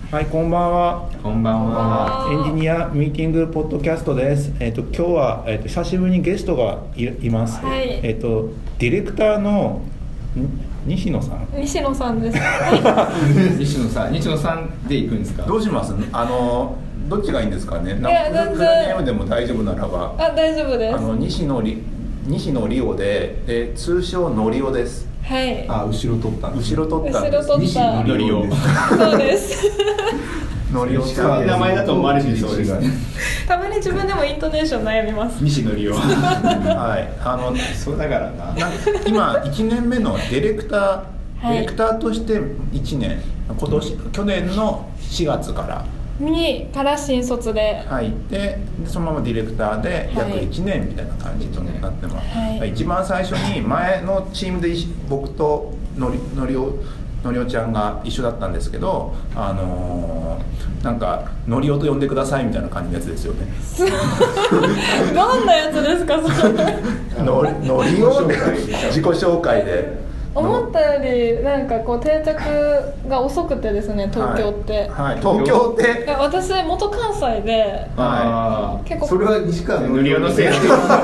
はい、こんばんは。 こんばんは。 エンジニアミーティングポッドキャストです。今日は、久しぶりにゲストが います。 はい。 ディレクターの西野さん。 西野さんです。 西野さんで行くんですか。 どうします？どっちがいいんですかね。 いや全然フルネームでも大丈夫ならば。 大丈夫です。 西野リオで、通称のりおです。 はい。 後ろ取ったんです。 後ろ取ったんです。 西野りお。 そうです。 のりおさん。 名前だと思われてそうですね。 たまに自分でもイントネーション悩みます。 西野りお。 はい。 そうだからな。 今1年目のディレクターとして1年、去年の4月から新卒で入ってそのままディレクターで約1年みたいな感じとなってます。 はい、 一番最初に前のチームで僕とのりおちゃんが一緒だったんですけど、なんかのりおと呼んでくださいみたいな感じのやつですよね。 どんなやつですかそれ。 のりお自己紹介で。 思ったよりなんかこう定着が遅くてですね、東京って。 はい。東京って。 私元関西で。 結構それは西川のりおのせいで。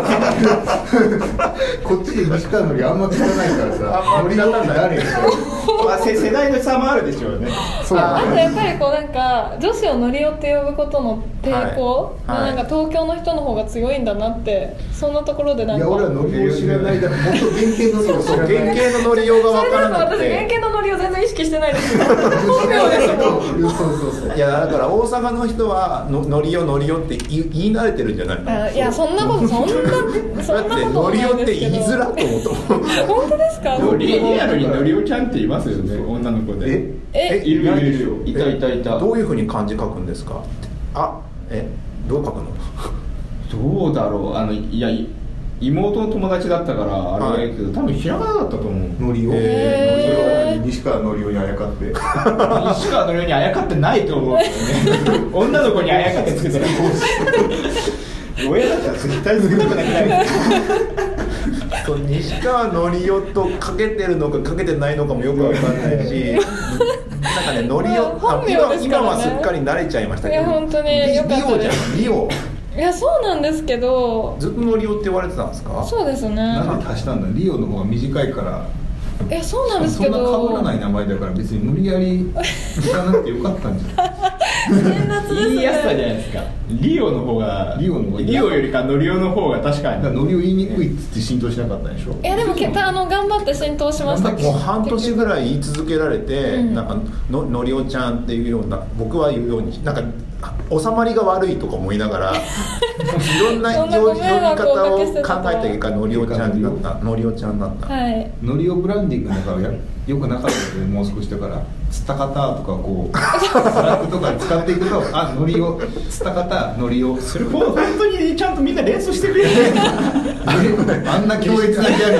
こっちで西川のりあんま聞かないからさ。のりおって誰？ 世代の差もあるでしょうね。 あとやっぱりこうなんか女子をのりおって呼ぶことの抵抗がなんか東京の人の方が強いんだなって、そんなところでなんか。 いや俺はのりお知らないだろ。もっと原型のりお知らない。 原型ののりおが分からなくて。 私原型ののりを全然意識してないですよ。本名ですもん。 そう。いやだから大阪の人はのりおって言い慣れてるんじゃないの？ いやそんなことだってのりおって言いづらと思ったもん。 本当ですか？ リアルにのりおちゃんっていますよね、女の子で。いるいた。 どういうふうに漢字書くんですか？どう書くの？ どうだろう。いや妹の友達だったからあれだけど、多分ひらがなだったと思う。 のりお。西川のりおにあやかって。 西川のりおにあやかってないと思うけどね。女の子にあやかってつけてる。親だったら絶対つけたくなくない。 西川のりおとかけてるのかかけてないのかもよくわかんないし、なんかねのりお今はすっかり慣れちゃいましたけど。 いや本当によかったです。 リオ。 いやそうなんですけど。 ずっとのりおって言われてたんですか？ そうですね。 なんで足したんだ。リオの方が短いから。 いやそうなんですけど。 そんな被らない名前だから別に無理やり聞かなくてよかったんじゃない。 言いやすさじゃないですか。リオの方がリオよりかのりおの方が確かに。 のりお言いにくいっつって浸透しなかったでしょ。 いやでも頑張って浸透しました。 もう半年ぐらい言い続けられて、なんかのりおちゃんっていうような僕は言うようになんか収まりが悪いとか思いながらいろんな呼び方を考えた結果のりおちゃんになった。のりおちゃんだった。 はい。 のりおブランディングだからよくなかったけどもう少しだからつったかたとかこうスラックとか使っていくとのりおつったかたのりおそれ本当にちゃんとみんな連想してくれる。 あんな強烈なギャ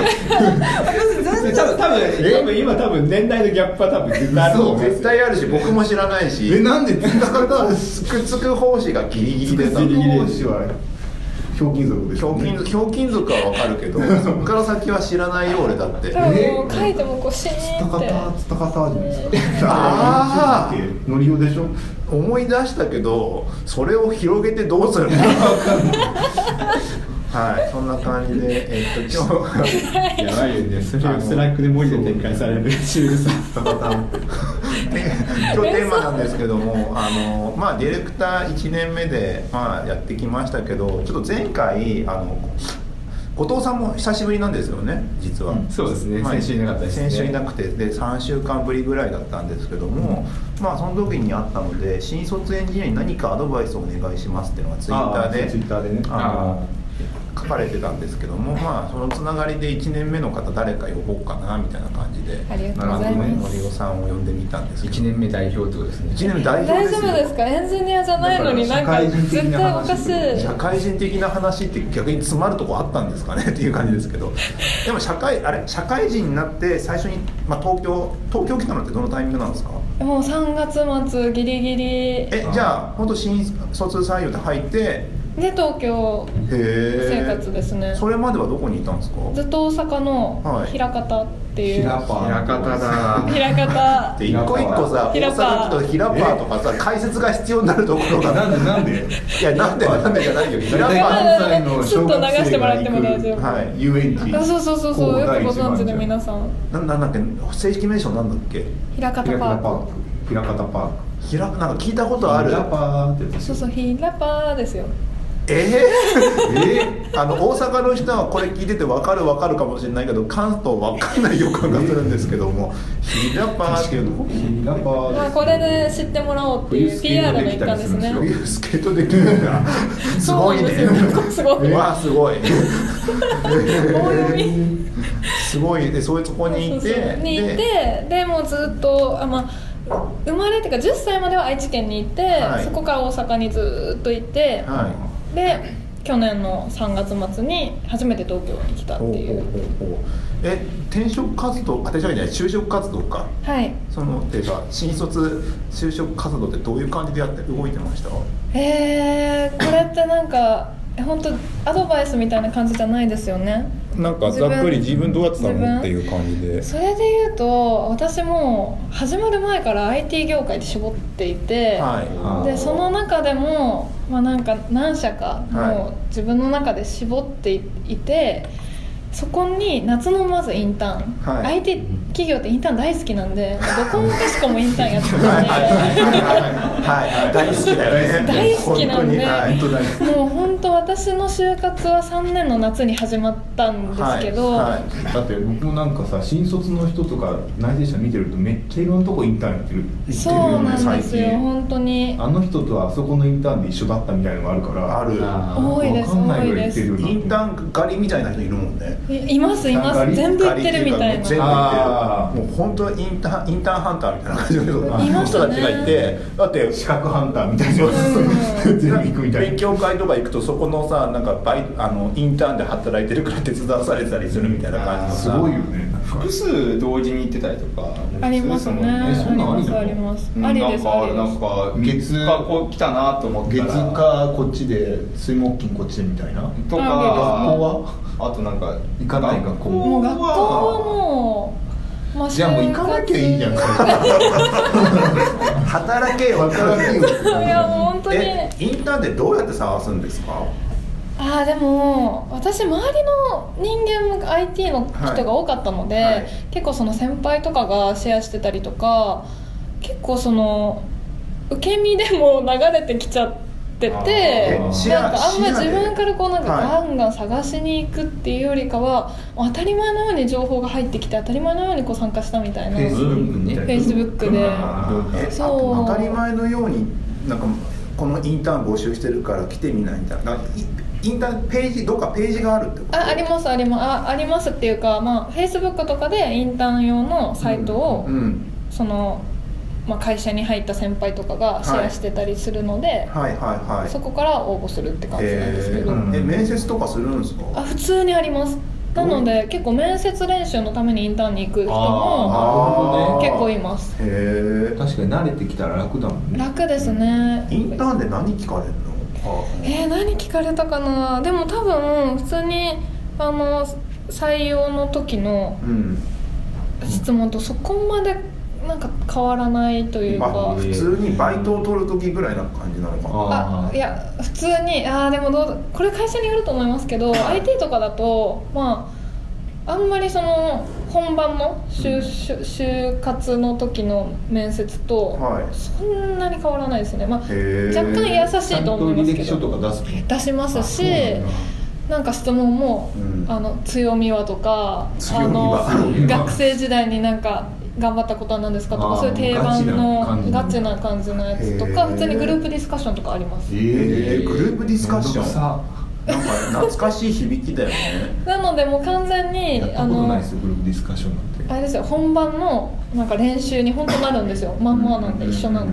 グ多分年代のギャップは多分絶対あるし僕も知らないし。 なんでつったかたつく胞子がギリギリでつく胞子はひょうきん族でしょ、ね、 ひょうきん族はわかるけどそこから先は知らないよ俺だって。 多分書いてもこうシーンってつったかたじゃないですか。のりおでしょ。 思い出したけどそれを広げてどうするのか分かんない。はい、そんな感じで今日やばいよね。それをスラックで文字で展開されるシュールさ。 今日テーマなんですけどもディレクター1年目でやってきましたけど、ちょっと前回後藤さんも久しぶりなんですよね実は。 そうですね。先週いなかったですね。 先週いなくてで3週間ぶりぐらいだったんですけども、その時にあったので新卒エンジニアに何かアドバイスをお願いしますっていうのがツイッターでね書かれてたんですけども、そのつながりで1年目の方誰か呼ぼうかなみたいな感じでありがとうございます。 のりおさんを呼んでみたんですけど。 1年目代表ってことですね。 1年目代表ですよ。 大丈夫ですか？エンジニアじゃないのになんか絶対おかしい。 社会人的な話って逆に詰まるとこあったんですかねっていう感じですけどでも社会人になって最初に、東京来たのってどのタイミングなんですか？ もう3月末ギリギリ。 じゃあ本当新卒採用で入ってで東京生活ですね。 それまではどこにいたんですか？ ずっと大阪の枚方っていう、 平パ枚方だ。 枚方で一個一個さ、大平パー阪と平パーとかさ、解説が必要になるところがなんでいやなんでじゃないよ。平パー関西の小学生が行くはい遊園地。 あ、そうよくご存知で皆さん。 なんだっけ、正式名称なんだっけ？ 枚方パーク。 平方パーク。 なんか聞いたことある。 平パーってやつ。 そう、枚方ですよ。 大阪の人はこれ聞いてて分かるかもしれないけど、関東分かんない予感がするんですけども、平パーっていうの。 平パー。 まあこれで知ってもらおうっていう PR の一環ですね。 冬スケートできるんだ。すごいね。 すごい。 わあすごい。 大読み。 すごいで、そこにいて、 でもうずっと生まれっていうか10歳までは愛知県にいて、 はい、そこから大阪にずっといて、 はい、 で去年の3月末に初めて東京に来たっていう。 転職活動、就職活動か。 はい。 そのってか新卒就職活動ってどういう感じで動いてました？これってなんか本当アドバイスみたいな感じじゃないですよね。 なんかざっくり自分どうやってたのっていう感じで。 それで言うと私も始まる前から IT 業界で絞っていて、 はい、 でその中でも、なんか何社かもう自分の中で絞っていて、そこに夏のまずインターン、はい、IT 企業ってインターン大好きなんで、どこもかしこもインターンやってたんで大好きだよね。 大好きなんで、 もう本当私の就活は3年の夏に始まったんですけど、 だって僕もなんかさ、新卒の人とか内定者見てるとめっちゃいろんなとこインターンやってるそうなんですよ、本当にあの人とあそこのインターンで一緒だったみたいなのがあるから。 ある。 多いです。多いです。 インターン狩りみたいな人いるもんね。 います全部行ってるみたいな。 全部行ってる。もう本当インターンハンターみたいな感じの人たちがいて、だって資格ハンターみたいな全部行くみたいな。 勉強会とか行くとそこのさ、なんかインターンで働いてるから手伝わされたりするみたいな感じのさ。 すごいよね。 複数同時に行ってたりとかありますね。 そんなありあります。ありです。 なんか月火こう来たなと思ったら月火こっちで水木金こっちでみたいなとか、学校はあとなんか行かない学校もう学校はもう、 じゃあもう行かなきゃいいじゃん働けよ。 いやもう本当にインターンでどうやって探すんですか？ でも私周りの人間も IT の人が多かったので、結構その先輩とかがシェアしてたりとか、結構その受け身でも流れてきちゃってて、なんかあんま自分からこうなんかガンガン探しに行くっていうよりかは、当たり前のように情報が入ってきて当たり前のようにこう参加したみたいな。Facebook で当たり前のようになんかこのインターン募集してるから来てみないみたいな。インターンページ、どっかページがあるってこと？ありますっていうか、Facebook とかでインターン用のサイトを、その会社に入った先輩とかがシェアしてたりするので、そこから応募するって感じなんですけど。面接とかするんですか？ 普通にあります。なので結構面接練習のためにインターンに行く人も結構います。 確かに慣れてきたら楽だもんね。 楽ですね。 インターンで何聞かれるの？ 何聞かれたかな。でも多分普通に採用の時の質問とそこまでなんか変わらないというか、 普通にバイトを取る時ぐらいな感じなのかな。 いや普通にでもこれ会社によると思いますけど、IT とかだとあんまりその本番の就活の時の面接とそんなに変わらないですね。若干優しいと思いますけど。 履歴書とか出しますし、なんか質問も、強みはとか、学生時代になんか頑張ったことは何ですかとか、そういう定番のガチな感じのやつとか、普通にグループディスカッションとかあります。 グループディスカッション、なんか懐かしい響きだよね。 なのでもう完全にやったことないですよ、グループディスカッションなんて。 あれですよ、本番のなんか練習に本当なるんですよ。まんまなんで一緒なんで。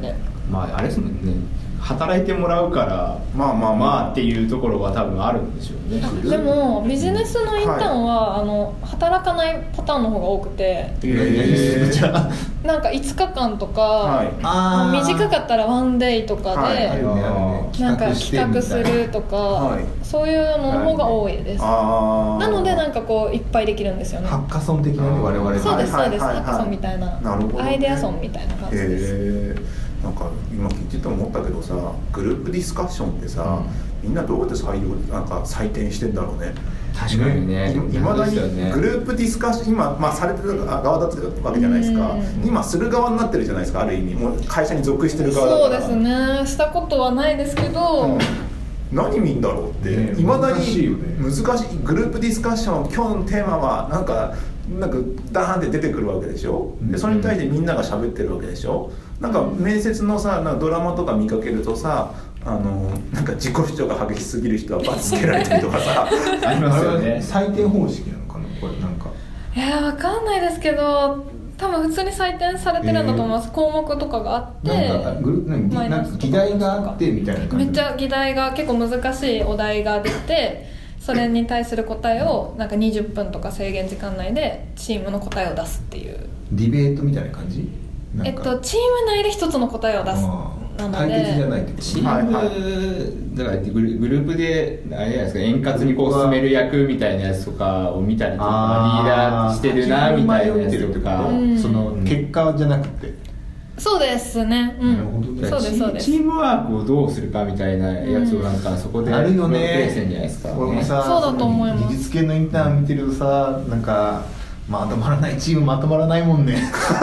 まああれですもんね、働いてもらうからまあっていうところは多分あるんでしょうね。 でもビジネスのインターンは、働かないパターンの方が多くて、なんか5日間とか、短かったらワンデイとかで、なんか企画するとか、そういうのの方が多いです。なのでなんかこういっぱいできるんですよね。 ハッカソン的なね、我々。 そうですそうです、ハッカソンみたいな、アイデアソンみたいな感じです。 なんか今聞いてて思ったけどさ、グループディスカッションってさ、みんなどうやって採点してんだろうね。 確かにね。 いまだにグループディスカッション今、されてる側だったわけじゃないですか。今する側になってるじゃないですか、ある意味。もう会社に属してる側だから。 そうですね、したことはないですけど、 何見んだろうっていまだに難しい。グループディスカッション、今日のテーマはなんかダーンって出てくるわけでしょ。でそれに対してみんなが喋ってるわけでしょ。なんか面接のさ、なんかドラマとか見かけるとさ、なんか自己主張が激しすぎる人は罰つけられたりとかさありますよね。 採点方式なのかな、これ。なんかわかんないですけど、多分普通に採点されてるんだと思います。項目とかがあって、 なんか議題があってみたいな感じ。 めっちゃ議題が結構難しいお題が出て、それに対する答えをなんか20分とか制限時間内でチームの答えを出すっていう。 ディベートみたいな感じ。 チーム内で一つの答えを出す。なので対決じゃないってこと。 チーム、だからグループであれじゃないですか、円滑にこう進める役みたいなやつとかを見たりとか、リーダーしてるなみたいなやつとか、 その結果じゃなくて。 そうですね。そうですそうです。 チームワークをどうするかみたいなやつをなんかそこであるよね。 プレイしてんじゃないですか。 俺もさ、 そうだと思います。 技術系のインターン見てるとさ、なんかまとまらないチームまとまらないもんね。ひ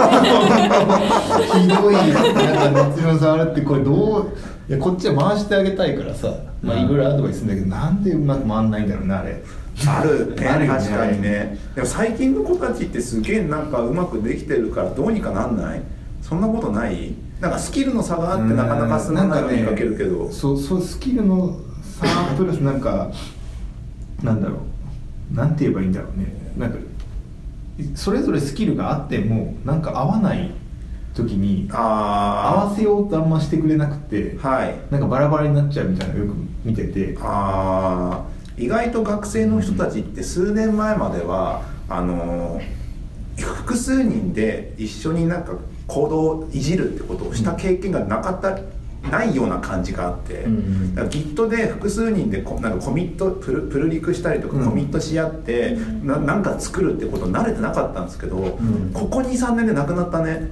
どい。なんか熱量触るってこれどう、いやこっちは回してあげたいからさ、まあいろいろアドバイスするんだけど、なんでうまく回んないんだろうねあれ。 あるね、確かにね。でも最近の子たちってすげえなんかうまくできてるからどうにかなんない？そんなことない？なんかスキルの差があってなかなか進まないように見かけるけど、 そうスキルの差プラスなんかなんだろう、なんて言えばいいんだろうね。なんかそれぞれスキルがあってもなんか合わない時に合わせようとあんましてくれなくて、なんかバラバラになっちゃうみたいなのよく見てて、 意外と学生の人たちって数年前までは複数人で一緒になんか行動をいじるってことをした経験がないような感じがあって、だから Git で複数人でなんかコミットプルリクしたりとかコミットし合ってなんか作るってこと慣れてなかったんですけど、ここ 2,3 年でなくなったね。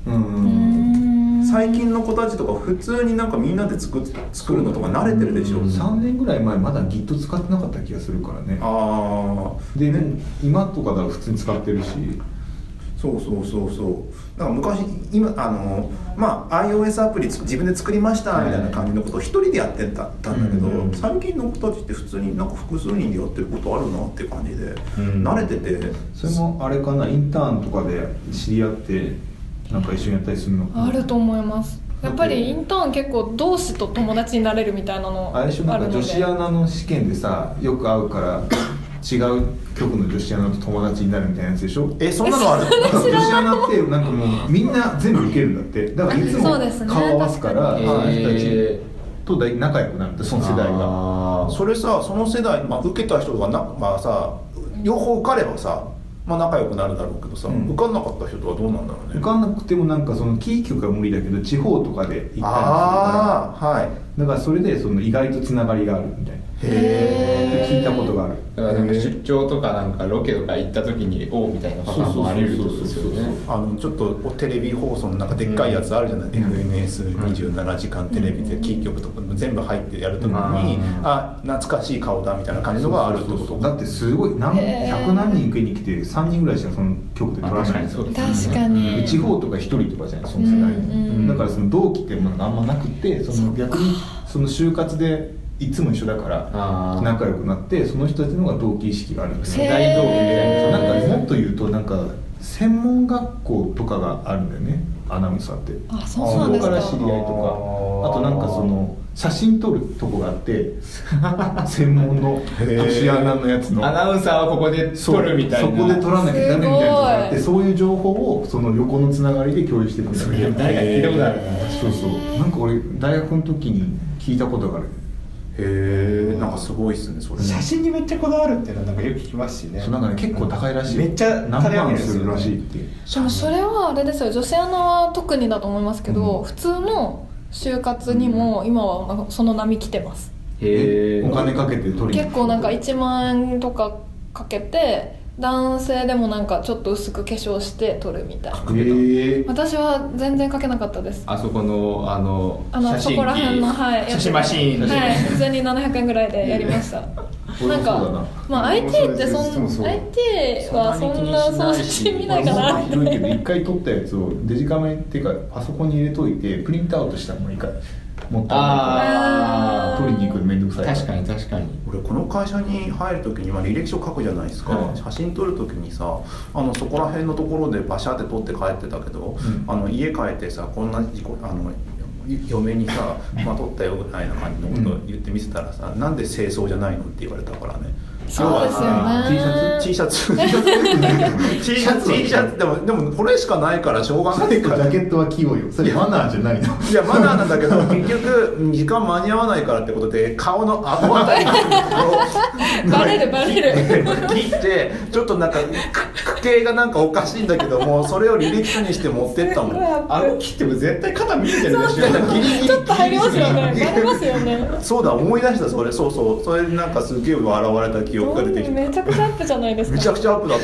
最近の子たちとか普通になんかみんなで作るのとか慣れてるでしょ。 3年ぐらい前まだ Git 使ってなかった気がするからね。で、今とかだと普通に使ってるし。 そうだから昔今iOS アプリ自分で作りましたみたいな感じのことを一人でやってたんだけど、最近の子たちって普通になんか複数人でやってることあるなっていう感じで、慣れてて。 それもあれかな、インターンとかで知り合ってなんか一緒にやったりするのかな。 あると思います。やっぱりインターン結構同志と友達になれるみたいなのあるので、あれでしょ、なんか女子アナの試験でさよく会うから違う局の女子アナと友達になるみたいなやつでしょ。 そんなのある？ 女子アナってなんかもうみんな全部受けるんだって。だからいつも顔合わすから人たちと仲良くなるって、その世代が。 それさ、その世代、受けた人がさ両方受かればさ、仲良くなるだろうけどさ、受かんなかった人とはどうなんだろうね。 受かんなくてもなんかそのキー局は無理だけど地方とかで行ったりするから、だからそれでその意外とつながりがあるみたいな。聞いたことがある。 だからなんか出張とかなんかロケとか行った時にみたいなパターンもあり得るってことですよね。 ちょっとテレビ放送のなんかでっかいやつあるじゃない、FNS27 時間テレビでキー局とか全部入ってやるときに、懐かしい顔だみたいな感じのがあるってこと。 だってすごい100何人受けに来て3人ぐらいしかその局で取らないんですよ。 確かに地方とか1人とかじゃない、その世代。だからその同期っていうものがあんまなくて、その逆にその就活でいつも一緒だから仲良くなって、その人たちの方が同期意識があるんですよ。 世代同期みたいな。 なんかもっと言うとなんか専門学校とかがあるんだよね。 アナウンサーって。 あ、そうなんですか。 そこから知り合いとか、あとなんかその写真撮るとこがあって専門の年穴のやつのアナウンサーはここで撮るみたいな、 そこで撮らなきゃダメみたいなとこがあって、そういう情報をその横のつながりで共有してるんだけど、 誰か聞いたことあるな。 そうそう、なんか俺大学の時に聞いたことがある。 へえ、なんかすごいっすねそれ。 写真にめっちゃこだわるっていうのはなんかよく聞きますしね。 そうなんかね、結構高いらしい。 めっちゃ何万するらしいっていう。 でもそれはあれですよ、女性アナは特にだと思いますけど、普通の就活にも今はその波来てます。 へえ。 お金かけて取りに結構なんか1万円とかかけて、男性でもなんかちょっと薄く化粧して撮るみたいな。私は全然かけなかったです。 あそこの写真機、 そこら辺の、はい、 写真マシーン、 はい、普通に700円ぐらいでやりました。なんか、まあ IT ってIT はそんな送信見ないかなって。 広いけど一回撮ったやつをデジカメっていうかパソコンに入れといてプリントアウトしたのもいいから持ったら取りに行くのめんどくさい。 確かに確かに。 俺この会社に入るときに履歴書書くじゃないですか、写真撮るときにさそこら辺のところでバシャって撮って帰ってたけど、家帰ってさこんな嫁にさ、撮ったよぐらいな感じのことを言って見せたらさ、なんで清掃じゃないのって言われたからね。 そうですよね。 T シャツでもこれしかないからしょうがないから。 ジャケットは器用よ。それマナーじゃないの。 いやマナーなんだけど結局時間間に合わないからってことで顔の後あたりのバレる切ってちょっとなんか区形がなんかおかしいんだけども、それを履歴書にして持ってったもん。 顎切っても絶対肩見えてるでしょ。 ギリギリちょっと入りますよね。バレますよね。 そうだ、思い出した。それそれでなんかすげえ笑われた記憶が出てきて、 めちゃくちゃアップじゃないですか。 めちゃくちゃアップだった。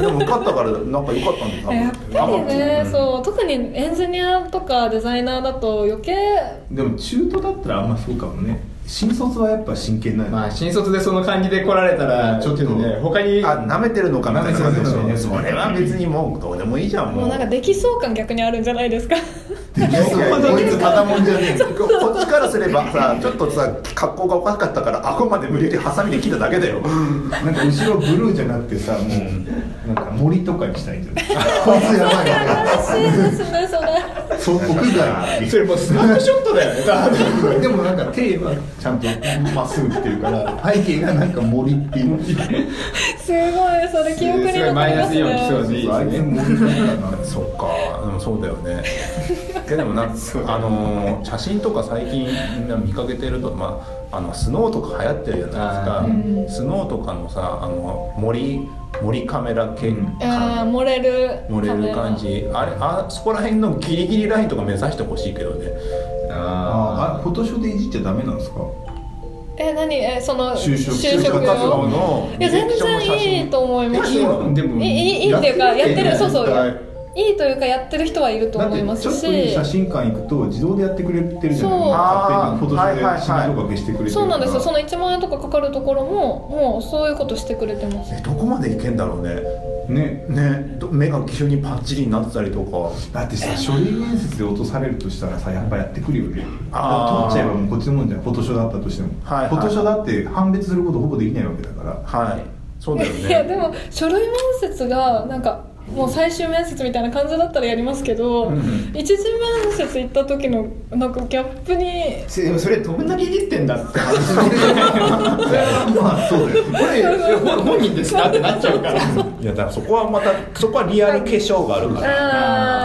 でも受かったからなんか良かったんだ。 やっぱりね、そう特にエンジニアとかデザイナーだと余計。 でも中途だったらあんまそうかもね。新卒はやっぱ真剣なの。 まあ新卒でその感じで来られたらちょっとね、他に舐めてるのかみたいな感じで、それは別にもうどうでもいいじゃん。 もうなんかできそう感逆にあるんじゃないですか。 こいつただもんじゃねえ。 こっちからすればさ、ちょっとさ格好がおかしかったから顎まで無理やりハサミで切っただけだよ。 なんか後ろブルーじゃなくてさ、もうなんか森とかにしたいんじゃない。こいつやばいやらしいですねそれ。 そう屋外。 それもうスナップショットだよね。 でもなんか手はちゃんとまっすぐってるから背景がなんか森っていう。 すごいそれ記憶に残りますね。 マイナスイオン来そうでいいですね。そっか、そうだよね。でも写真とか最近みんな見かけてると、スノーとか流行ってるじゃないですか。スノーとかのさ森カメラ系、 盛れる感じ、そこら辺のギリギリラインとか目指してほしいけどね。 フォトショーでいじっちゃダメなんですか？ その就職活動のいや全然いいと思います。 でもいいっていうかやってる、そういいというかやってる人はいると思いますし、 ちょっといい写真館行くと自動でやってくれてるじゃないですか。勝手にフォトショーでシミとか消してくれてる。 そうなんですよ。その1万円とかかかるところももうそういうことしてくれてます。 どこまでいけんだろうね。目が急にパッチリになってたりとか。 だってさ、書類面接で落とされるとしたらさ、やっぱやってくるよね。取っちゃえばもうこっちのもんじゃん。フォトショーだったとしても、フォトショーだって判別することほぼできないわけだから。 はい、そうだよね。 いやでも書類面接がなんかもう最終面接みたいな感じだったらやりますけど、一次面接行った時のなんかギャップに、 でもそれどんだけいじってんだって話。 まあそうだよ。 これ本人ですかってなっちゃうから。 いやだからそこはリアル化粧があるから、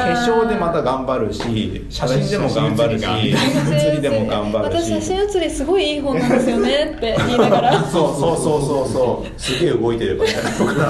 化粧でまた頑張るし、写真でも頑張るし、写りでも頑張るし。 私写真写りすごいいい本なんですよねって言いながら。 そうすげえ動いてるから。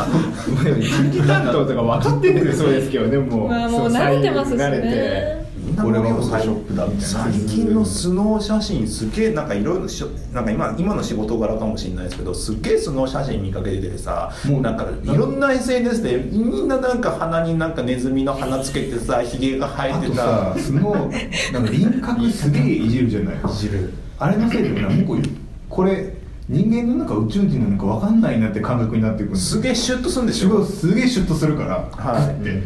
人事担当とか分かってるんでそうですけど、でももう慣れてますしね。 俺はフォトショップだみたいな。 最近のスノー写真すげえなんかいろいろなんか今の仕事柄かもしれないですけど、すげえスノー写真見かけててさ、もうなんかいろんな SNS でみんななんか鼻になんかネズミの鼻つけてさ、ひげが生えてた。 あとさ、スノーなんか輪郭すげえいじるじゃない。いじる。あれのせいでもなんかこれ人間の中宇宙人なのか分かんないなって感覚になってくる。 すげえシュッとするんでしょ。 すげえシュッとするから。 はい。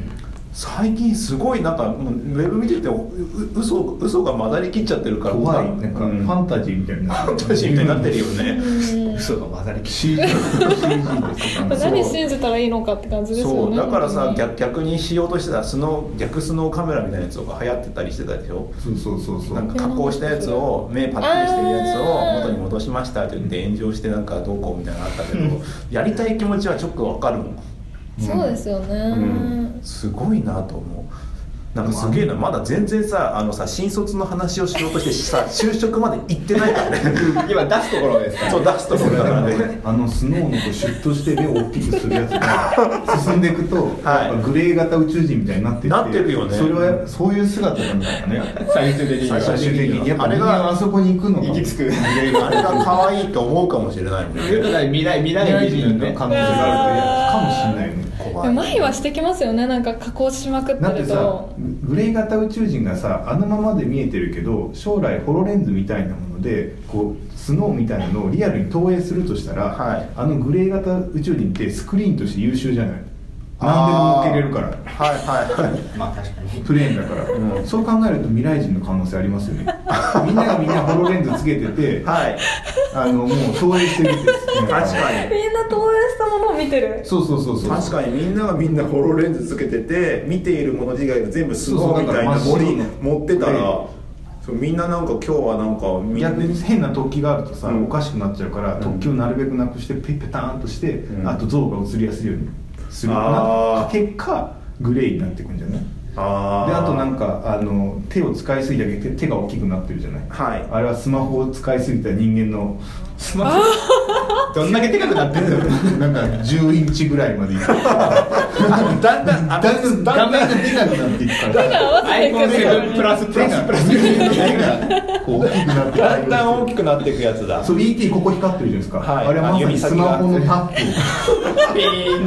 最近すごいなんかもうウェブ見てて嘘が混ざりきっちゃってるから怖い、なんかファンタジーみたいな、 ファンタジーみたいになってるよね。 嘘が混ざりき CG です何信じたらいいのかって感じですよね。 そうだからさ、逆にしようとしてた逆スノーカメラみたいなやつが流行ってたりしてたでしょ。 そうなんか加工したやつを目パッチリしてるやつを元に戻しましたって言って炎上してなんかどうこうみたいなのあったけどやりたい気持ちはちょっとわかるもん。 そうですよね、 すごいなと思う。なんかすげえな、まだ全然さ新卒の話をしようとしてさ就職まで行ってないからね今出すところですか。 そう出すところだからねスノーのシュッとして目を大きくするやつが進んでいくと、 はいやっぱグレー型宇宙人みたいになってなってるよね。 それはそういう姿なんだからね最終的に最終的にやっぱあれがあそこに行くのが行き着くあれが可愛いと思うかもしれないもんね。 未来美人のね可能性があるかもしれないよね。 怖い。 麻痺はしてきますよね、なんか加工しまくってるだってさと。 グレー型宇宙人がさあのままで見えてるけど将来ホロレンズみたいなものでこうスノーみたいなのをリアルに投影するとしたら、 はい、 あのグレー型宇宙人ってスクリーンとして優秀じゃない。何でも置けれるから。 はいはいはいまあ確かにプレーンだから、そう考えると未来人の可能性ありますよねみんながみんなホロレンズつけてて、 はいもう投影してるって確かにみんな投影したものを見てる。 そう確かにみんながみんなホロレンズつけてて見ているもの自体が全部スノーみたいなボディ持ってたらそうみんななんか今日はなんか逆に変な突起があるとさ、おかしくなっちゃうから突起をなるべくなくしてペターンとして、あと像が映りやすいようにする結果グレーになっていくんじゃない。であとなんか手を使いすぎたけど手が大きくなってるじゃない、はい、あれはスマホを使いすぎた人間のスマホどんだけでかくなってるのなんか10インチぐらいまでいくだんだんでかくなっていくから iPhone7 プラス手がこう大きくなってだんだん大きくなっていくやつだ。 そう ET ここ光ってるじゃないですか、 はい、 あれはまさにスマホのタップピーン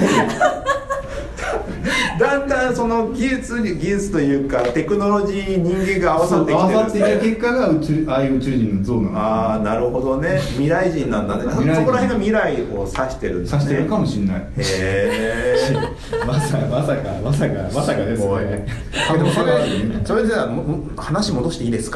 だんだんその技術というかテクノロジーに人間が合わさってきてるんですね。 合わさっていた結果がああいう宇宙人の像なの。 ああなるほどね。未来人なんだね。そこら辺が未来を指してるんですね。 指してるかもしれない。 へえまさかですね。 でもそれでは話戻していいですか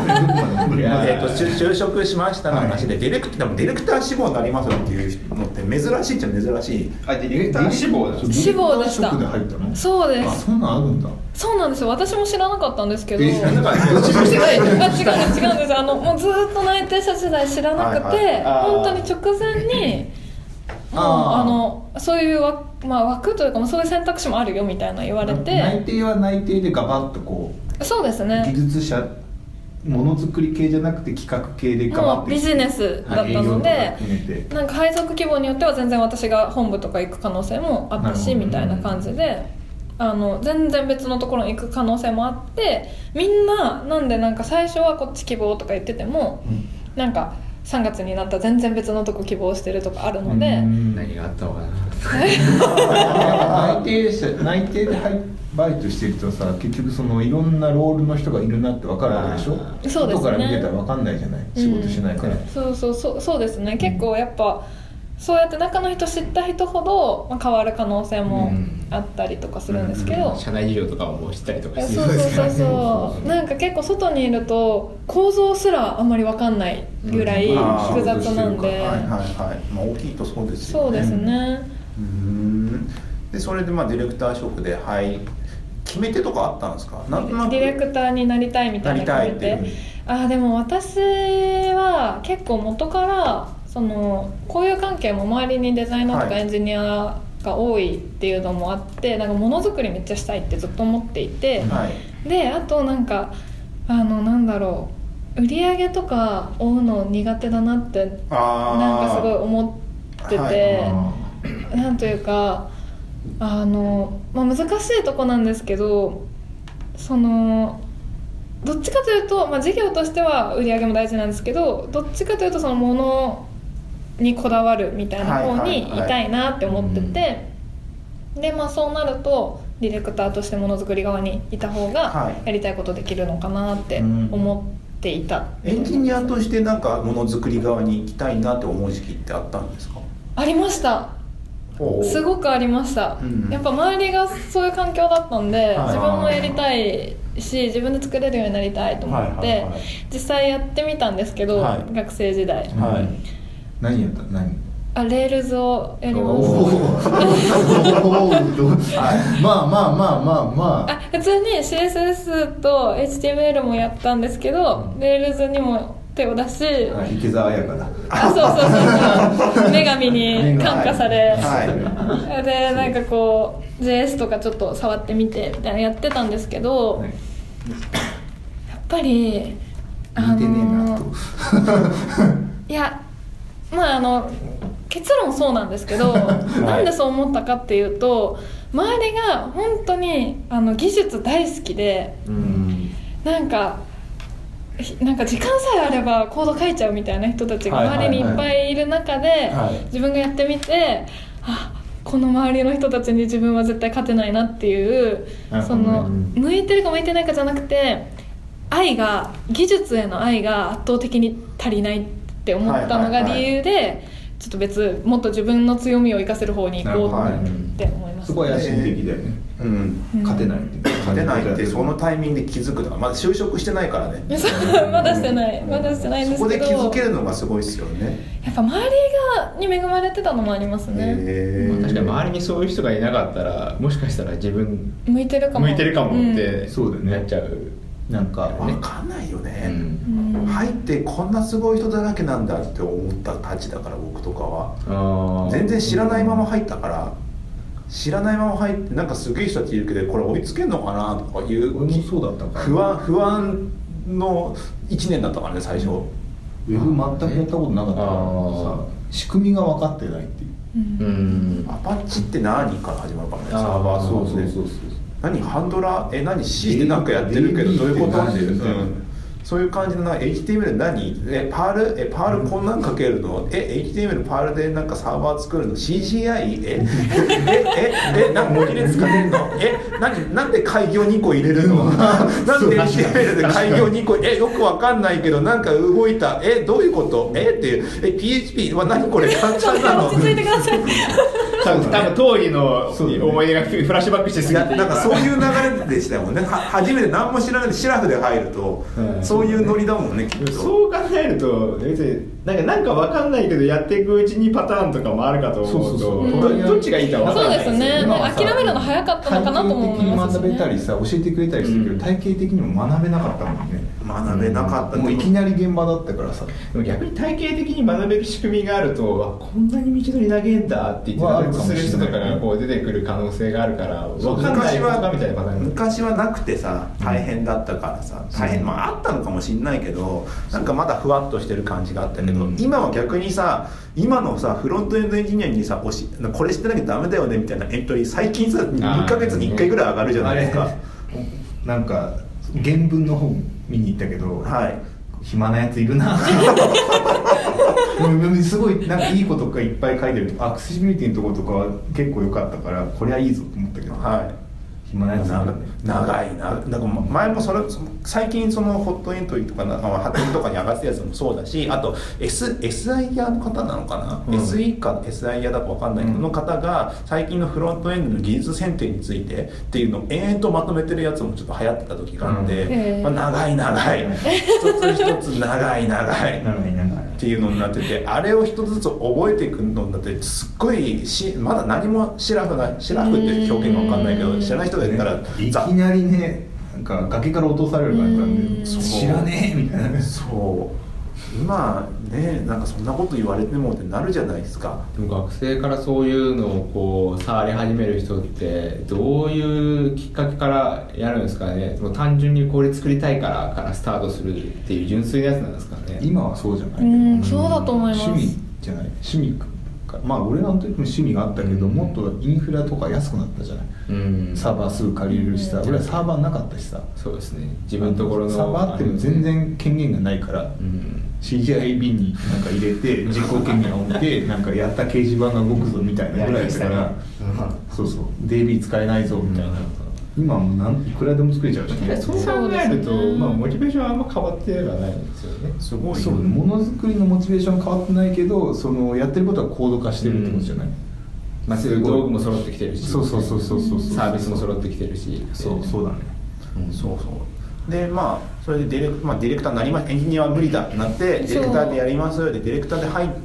就職しましたの話で、ディレクター志望になりますよっていうのって珍しいっちゃ珍しい。 ディレクター志望だ。 志望でした。 で入ったの？ そうです。 あ、そんなんあるんだ。 そうなんですよ。私も知らなかったんですけど。 知らなかった。 違うんです。もうずっと内定者時代知らなくて、本当に直前にそういう枠というかそういう選択肢もあるよみたいな言われて。 内定は内定でガバッとこう。 そうですね。 技術者。ものづくり系じゃなくて企画系でもうビジネスだったので、なんか配属希望によっては全然私が本部とか行く可能性もあったしみたいな感じで、全然別のところに行く可能性もあって、みんななんでなんか最初はこっち希望とか言ってても、なんか3月になったら全然別のとこ希望してるとかあるので、 何があったのかな内定でバイトしてるとさ、結局そのいろんなロールの人がいるなって分かるわけでしょ。 そうですね。 外から見てたら分かんないじゃない、仕事しないから、 そうですね。結構やっぱそうやって中の人知った人ほど、変わる可能性もあったりとかするんですけど、 社内事情とかも知ったりとかしてそうなんか結構外にいると構造すらあんまり分かんないぐらい複雑なんで、 大きいとそうですよね。 そうですね。 でそれでディレクター職で決め手とかあったんですか？なんとなくディレクターになりたいみたいな決め手。でも私は結構元からこういう関係も周りにデザイナーとかエンジニアが多いっていうのもあって、なんかものづくりめっちゃしたいってずっと思っていて、であとなんかなんだろう、売り上げとか追うの苦手だなってなんかすごい思ってて、なんというか難しいとこなんですけど、どっちかというと、事業としては売り上げも大事なんですけど、どっちかというとそのものにこだわるみたいな方にいたいなって思ってて、でそうなるとディレクターとしてものづくり側にいた方がやりたいことできるのかなって思っていた。 エンジニアとしてなんかものづくり側に行きたいなって思う時期ってあったんですか？ ありました。 すごくありました、やっぱ周りがそういう環境だったんで、自分もやりたいし自分で作れるようになりたいと思って、実際やってみたんですけど、学生時代、 何やったレールズをやりましたまあ普通に CSS と HTML もやったんですけど、レールズにも手を出し、 池澤彩香だ。 そう女神に感化され、でなんかこう JS とかちょっと触ってみてみたいなやってたんですけど、やっぱり似てねえなといや結論そうなんですけど、なんでそう思ったかっていうと、周りが本当に技術大好きで、なんか時間さえあればコード書いちゃうみたいな人たちが周りにいっぱいいる中で、自分がやってみて、この周りの人たちに自分は絶対勝てないなっていう、その向いてるか向いてないかじゃなくて、技術への愛が圧倒的に足りないって思ったのが理由で、ちょっともっと自分の強みを生かせる方に行こうって思います。 すごい野心的だよね。勝てないってそのタイミングで気づくのがまだ就職してないからね。 まだしてないんですけど、 そこで気づけるのがすごいですよね。 やっぱ周りに恵まれてたのもありますね。 確かに周りにそういう人がいなかったら、もしかしたら自分向いてるかもってなっちゃう。 なんか分かんないよね、入ってこんなすごい人だらけなんだって思ったたちだから、僕とかは全然知らないまま入ったから、知らないまま入ってなんかすげえ人たちいるけどこれ追いつけんのかなとかいう不安の1年だったからね、最初。 ウェブ全くやったことなかったからさ、仕組みが分かってないっていう。 アパッチって何から始まるからね、サーバーそう何ハンドラー何 C でなんかやってるけどどういうことっていう、そういう感じのHTML 何パールこんなん書けるのHTML パールでなんかサーバー作るの CGI なんかモキレ使ってんのなんで開業2個入れるのなんで HTML で開業2個よくわかんないけどなんか動いたどういうことっていう PHP は何これ簡単なの落ち着いてください多分当時の思い出がフラッシュバックしてすぎて、 なんかそういう流れでしたもんね。初めて何も知らないでシラフで入ると、そういうノリだもんね、きっと。 そう考えると別になんか分かんないけどやっていくうちにパターンとかもあるかと思うと、どっちがいいか分かんないですよね。 そうですね。諦めるの早かったのかなとも思いますしね。 体系的に学べたりさ、教えてくれたりするけど、体系的にも学べなかったもんね。 学べなかった。 もういきなり現場だったからさ。 でも逆に体系的に学べる仕組みがあると、こんなに道のり長えんだって言って挫折する人とかがこう出てくる可能性があるから、分かんないのかみたいなパターン。 昔はなくてさ、大変だったからさ、あったのかもしれないけど、なんかまだふわっとしてる感じがあったけど、今は逆にさ、今のさフロントエンドエンジニアにさこれ知ってなきゃダメだよねみたいなエントリー最近さ2ヶ月に1回ぐらい上がるじゃないですか。 なんか原文の本見に行ったけど、暇なやついるなすごいなんかいいことがいっぱい書いてる。アクセシビリティのところとかは結構良かったから、これはいいぞと思ったけど、暇なやつ長いな。だから前も最近そのホットエントリーとかハットとかに上がってたやつもそうだし、あと SIR の方なのかな、SE か SIR だか分かんないけど、の方が最近のフロントエンドの技術選定についてっていうのを延々とまとめてるやつもちょっと流行ってた時があって、長い一つ一つ長いっていうのになってて、あれを一つずつ覚えていくのだってすっごいまだ何もシラフって表現が分かんないけど、知らない人がいたらいきなりね、なんか崖から落とされる感じなんで、知らねえみたいな。 そう今ね、なんかそんなこと言われてもってなるじゃないですか。 でも学生からそういうのをこう触り始める人ってどういうきっかけからやるんですかね。もう単純にこれ作りたいからスタートするっていう純粋なやつなんですかね。 今はそうじゃない。 そうだと思います。 趣味じゃない、趣味か。まあ俺らの時も趣味があったけど、もっとインフラとか安くなったじゃない。サーバーすぐ借りれるしさ、俺らサーバーなかったしさ。 そうですね。自分のところのサーバーあっても全然権限がないから、CGIB になんか入れて実行権限を置いてなんかやった掲示板が動くぞみたいなぐらいだから、そうそう DB 使えないぞみたいな。今もいくらでも作れちゃうしね。 そう考えると、モチベーションはあんま変わってはないんですよね。 すごいそうね、ものづくりのモチベーション変わってないけど、そのやってることは高度化してるってことじゃない。 まあ、そういう道具も揃ってきてるし、 そうサービスも揃ってきてるし、 そうだね、 そうでそれでディレクターになりました、エンジニアは無理だってなってディレクターでやりますでディレクターで入って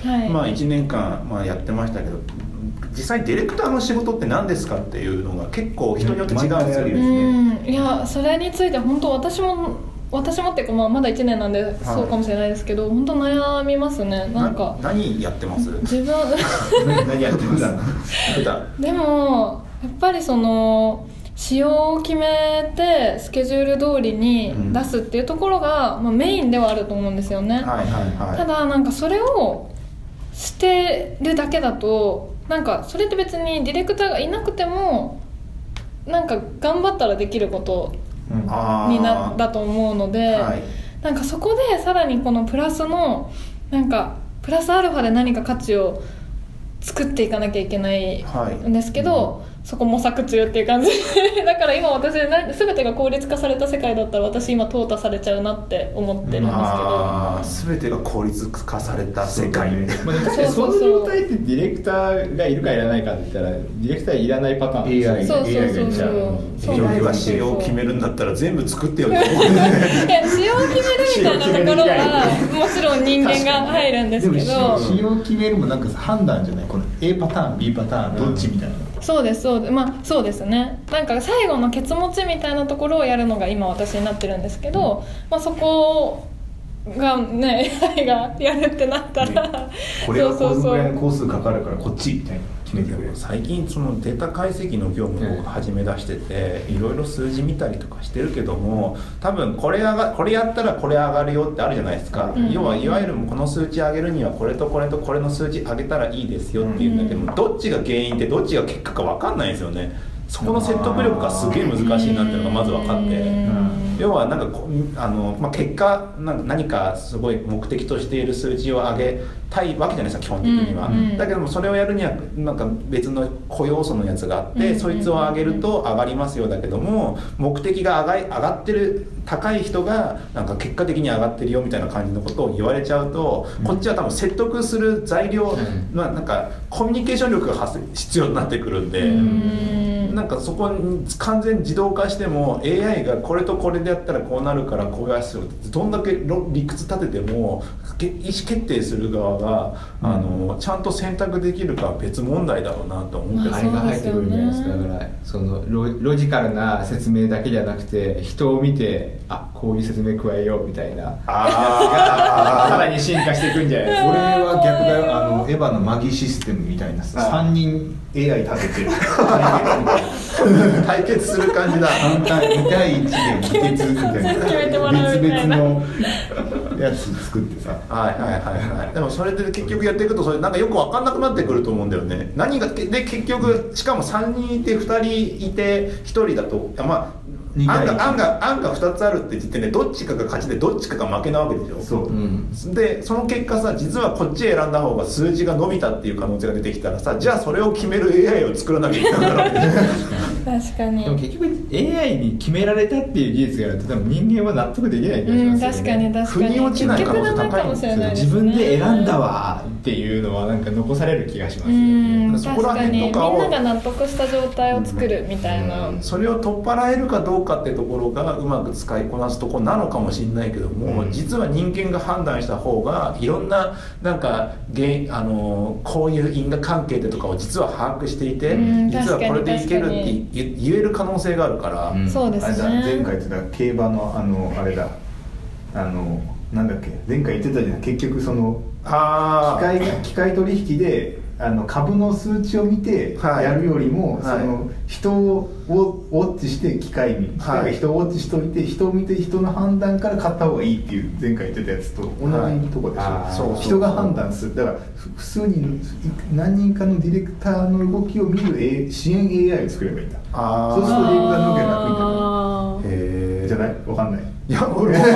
、1年間やってましたけど、実際ディレクターの仕事って何ですかっていうのが結構人によって違うんですよね。 いやそれについて本当私もっていうか、まだ1年なんでそうかもしれないですけど、本当悩みますね。なんか何やってます？ 自分何やってます普段。 でもやっぱりその仕様を決めてスケジュール通りに出すっていうところが、メインではあると思うんですよね。ただなんかそれをしてるだけだとなんかそれって別にディレクターがいなくてもなんか頑張ったらできることだと思うので、なんかそこでさらにこのプラスのなんかプラスアルファで何か価値を作っていかなきゃいけないんですけど、そこ模索中っていう感じだから今私全てが効率化された世界だったら私今淘汰されちゃうなって思ってるんですけど、 全てが効率化された世界その状態ってディレクターがいるかいらないかって言ったらディレクターいらないパターン。 AI がいっちゃう。 AI が仕様を決めるんだったら全部作ってよって思ういや仕様を決めるみたいなところはもちろん人間が入るんですけど、 仕様を決めるもなんか判断じゃない、この A パターン B パターンどっちみたいな、 そうですそうですね。なんか最後のケツ持ちみたいなところをやるのが今私になってるんですけど、そこがね AI がやるってなったら、 これはこのぐらいの工数かかるからこっちみたいな決めてくれる。 最近そのデータ解析の業務を始め出してて、いろいろ数字見たりとかしてるけども、多分これやったらこれ上がるよってあるじゃないですか、要はいわゆるこの数値上げるにはこれとこれとこれの数値上げたらいいですよっていうんだけど、どっちが原因でどっちが結果か分かんないんですよね。そこの説得力がすげえ難しいなっていうのがまず分かって、要はなんか結果何かすごい目的としている数字を上げたいわけじゃないですか基本的には、だけどもそれをやるにはなんか別の個要素のやつがあって、そいつを上げると上がりますよだけども、目的が上がってる高い人がなんか結果的に上がってるよみたいな感じのことを言われちゃうと、こっちは多分説得する材料、なんかコミュニケーション力が必要になってくるんで、なんかそこに完全に自動化しても AI がこれとこれでやったらこうなるからこうやするってどんだけ理屈立てても意思決定する側がちゃんと選択できるかは別問題だろうなと思ってあれが入ってくるんじゃないですか。だからそのロジカルな説明だけじゃなくて人を見てこういう説明加えようみたいなやつがさらに進化していくんじゃないですか。 これは逆だよ、エヴァのマギシステムみたいな3人 AI 立てて対決する感じだ。 2対1で議決みたいな別々のやつ作ってさ、 でもそれで結局やっていくとそれなんかよく分かんなくなってくると思うんだよね。何がで結局しかも3人いて2人いて1人だと案が2つあるって時点でどっちかが勝ちでどっちかが負けなわけでしょ。そう、でその結果さ、実はこっち選んだ方が数字が伸びたっていう可能性が出てきたらさ、じゃあそれを決める AI を作らなきゃいけないわけでしょ確かに。 でも結局 AI に決められたっていう事実があると多分人間は納得できない気がしますよね。 確かに腑に落ちない可能性高いんですよね。 自分で選んだわっていうのはなんか残される気がしますよね。 そこら辺とかをみんなが納得した状態を作るみたいな、 それを取っ払えるかどうかってところがうまく使いこなすところなのかもしれないけども、実は人間が判断した方がいろんななんかこういう因果関係でとかを実は把握していて、実はこれでいけるって言える可能性があるから、 そうですね。 前回言ってた競馬のあれだ、なんだっけ、前回言ってたじゃん。結局その機械取引で株の数値を見てやるよりも、その人をウォッチして機械に、人をウォッチしておいて人を見て人の判断から買った方がいいっていう前回言ってたやつと同じとこでしょ。人が判断する。だから複数人何人かのディレクターの動きを見る支援 AI を作ればいいんだ。そうするとディレクターの動きが楽になるじゃない？わかんない。 いや俺も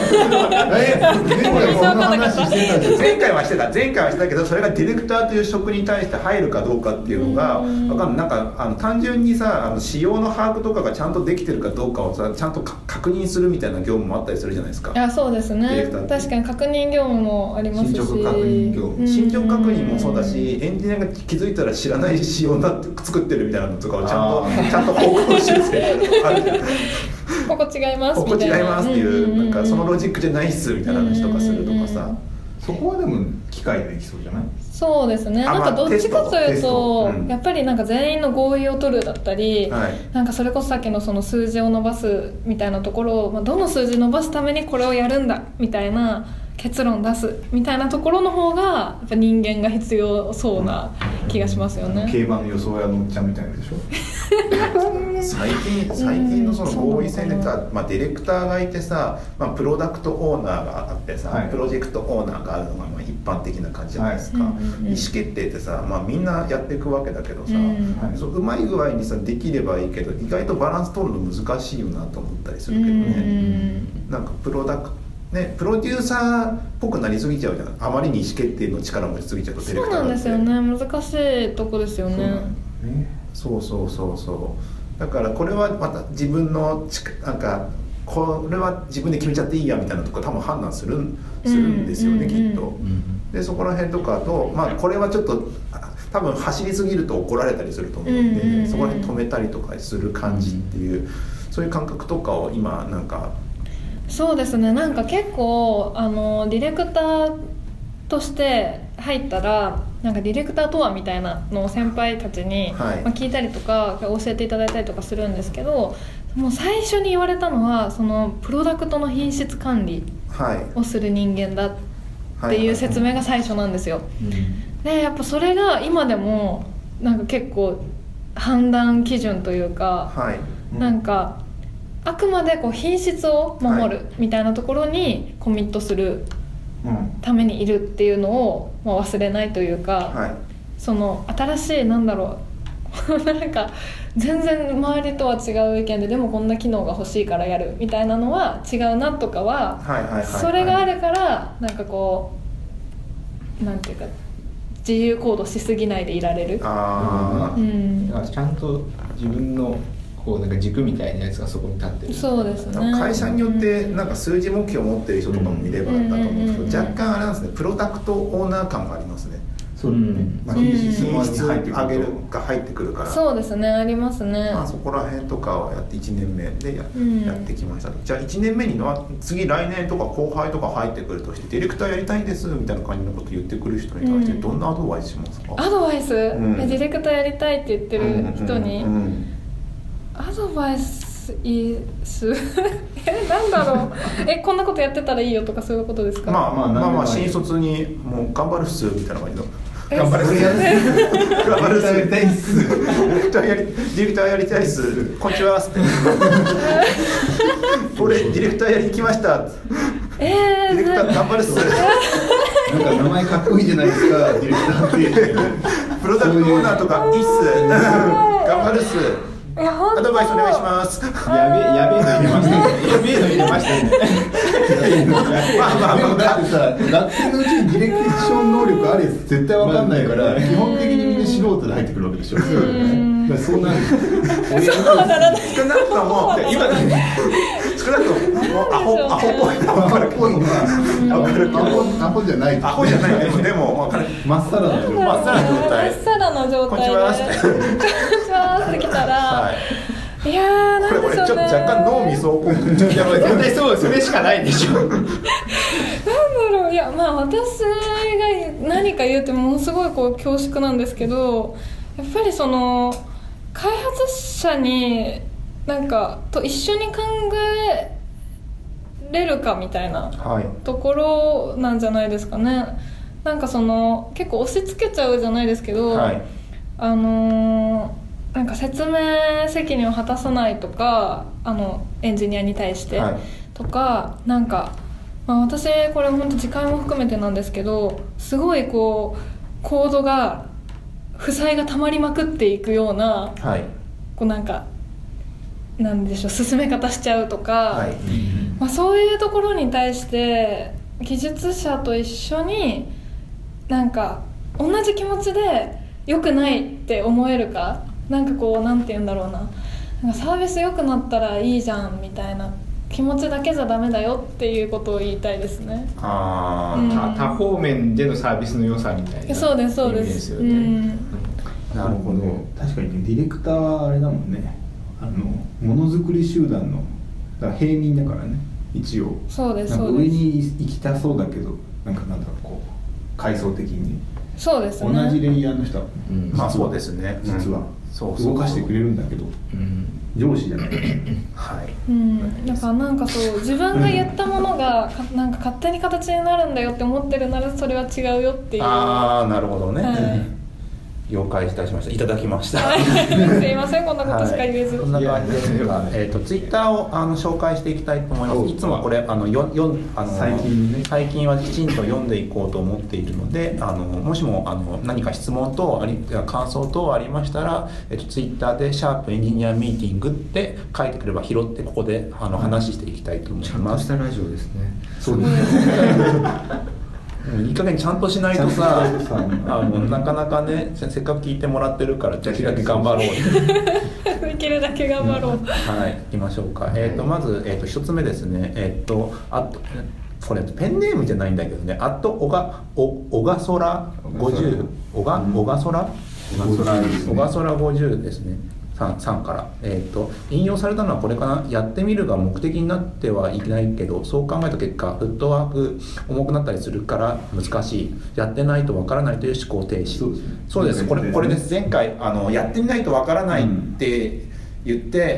前回はしてたけど、それがディレクターという職に対して入るかどうかっていうのが分かんない。なんか単純にさ仕様の把握とかがちゃんとできてるかどうかをさちゃんと確認するみたいな業務もあったりするじゃないですか。 いやそうですね、確かに確認業務もありますし、 進捗確認業務、進捗確認もそうだし、エンジニアが気づいたら知らない仕様になって作ってるみたいなのとかをちゃんと報告修正あるじゃないここ違いますここ違いますっていう、なんかそのロジックじゃないっすみたいな話とかするとかさ、 そこはでも機械でできそうじゃない？ そうですね、なんかどっちかというと、やっぱりなんか全員の合意を取るだったり、なんかそれこそさっきのその数字を伸ばすみたいなところを、どの数字伸ばすためにこれをやるんだみたいな結論出すみたいなところの方がやっぱ人間が必要そうな気がしますよね。 競馬の予想屋のおっちゃんみたいなでしょ最近のその合意性でディレクターがいてさ、プロダクトオーナーがあってさ、プロジェクトオーナーがあるのが一般的な感じじゃないですか。意思決定ってさ、みんなやっていくわけだけどさ、うまい具合にさできればいいけど、意外とバランス取るの難しいよなと思ったりするけどね。なんかプロデューサーっぽくなりすぎちゃうじゃん。あまりに意思決定の力持ちすぎちゃうとディレクターって。 そうなんですよね、難しいとこですよね。 そうだからこれはまた自分のなんかこれは自分で決めちゃっていいやみたいなところ多分判断するんですよね、きっと。でそこら辺とかと、これはちょっと多分走りすぎると怒られたりすると思うんで、そこら辺止めたりとかする感じっていう、そういう感覚とかを今なんか。 そうですね、なんか結構ディレクターとして入ったら、なんかディレクターとはみたいなのを先輩たちに、聞いたりとか教えていただいたりとかするんですけど、もう最初に言われたのはそのプロダクトの品質管理をする人間だっていう説明が最初なんですよ。でやっぱそれが今でもなんか結構判断基準というか、なんかあくまでこう品質を守るみたいなところにコミットするためにいるっていうのを忘れないというか、その新しいなんか全然周りとは違う意見で、でもこんな機能が欲しいからやるみたいなのは違うなとかは、それがあるからなんかこうなんていうか自由行動しすぎないでいられる。 ちゃんと自分のこうなんか軸みたいなやつがそこに立ってる。 そうですね。 会社によってなんか数字目標を持ってる人とかもいればだと思うんですけど、若干あれなんですね、プロダクトオーナー感がありますね。品質上げるが入ってくるから。 そうですね、ありますね。 そこら辺とかをやって1年目で やってきました。じゃあ1年目に次来年とか後輩とか入ってくるとしてディレクターやりたいんですみたいな感じのこと言ってくる人に対してどんなアドバイスしますか？ アドバイス、ディレクターやりたいって言ってる人に、アドバイスなんだろうこんなことやってたらいいよとかそういうことですか？ 新卒にもう頑張るっすみたいな感じの。 頑張るっす。頑張るっす。やりたいっす。 ディレクターやりたいっす。こんにちは。俺ディレクターやりに来ました。ディレクター頑張るっす。 なんか名前かっこいいじゃないですか、ディレクターって。 プロダクトオーナーとかいいっす。頑張るっす。アドバイスお願いします。 やべえの入れましたね。 だってさ、学生のうちにディレクション能力あるやつ絶対わかんないから、基本的にみんな素人で入ってくるわけでしょ。そうなる。 少なくともアホっぽいのはアホじゃない。 アホじゃない。でもまっさらな状態。こんにちはって来たら。いやー、なんでしょうね。 これちょっと若干脳みそを絶対そうそれしかないでしょ。 なんだろう、いや私が何か言うってものすごいこう恐縮なんですけど、やっぱりその開発者になんかと一緒に考えれるかみたいなところなんじゃないですかね。なんかその結構押し付けちゃうじゃないですけど、なんか説明責任を果たさないとか、エンジニアに対して、とか、なんか、私これ本当次回も含めてなんですけど、すごいこうコードが負債がたまりまくっていくような、こうなんかなんでしょう、進め方しちゃうとか、 そういうところに対して技術者と一緒になんか同じ気持ちで良くないって思えるか、なんかこうなんて言うんだろうな、なんかサービス良くなったらいいじゃんみたいな気持ちだけじゃダメだよっていうことを言いたいですね。 多方面でのサービスの良さみたいな。 そうですそうです。 なるほど。 確かにディレクターはあれだもんね、ものづくり集団のだから平民だからね、一応。 そうですそうです。上に行きたそうだけど、なんだろう、こう階層的にそうですね、 同じレイヤーの人は、 まあそうですね、 実は動かしてくれるんだけど、上司じゃない。 はい。 だからなんかそう自分が言ったものがなんか勝手に形になるんだよって思ってるならそれは違うよっていう。 ああなるほどね。 はい了解いたしました。いただきました。 すいませんこんなことしか言えず。 そんな感じですが、ツイッターを紹介していきたいと思います。いつもこれ最近はきちんと読んでいこうと思っているので、もしも何か質問等感想等ありましたら、ツイッターでシャープエンジニアミーティングって書いてくれば拾ってここで話していきたいと思います。 ちゃんとしたラジオですね。 そうですね。 いい加減ちゃんとしないとさなかなかね、せっかく聞いてもらってるからできるだけ頑張ろうできるだけ頑張ろう。 はい、行きましょうか。まず一つ目ですね。これペンネームじゃないんだけどね、小賀空50、小賀空50ですね。3から、引用されたのはこれかな。やってみるが目的になってはいないけど、そう考えた結果フットワーク重くなったりするから難しい、やってないとわからないという思考停止。そうです。これです。前回やってみないとわからないって言って、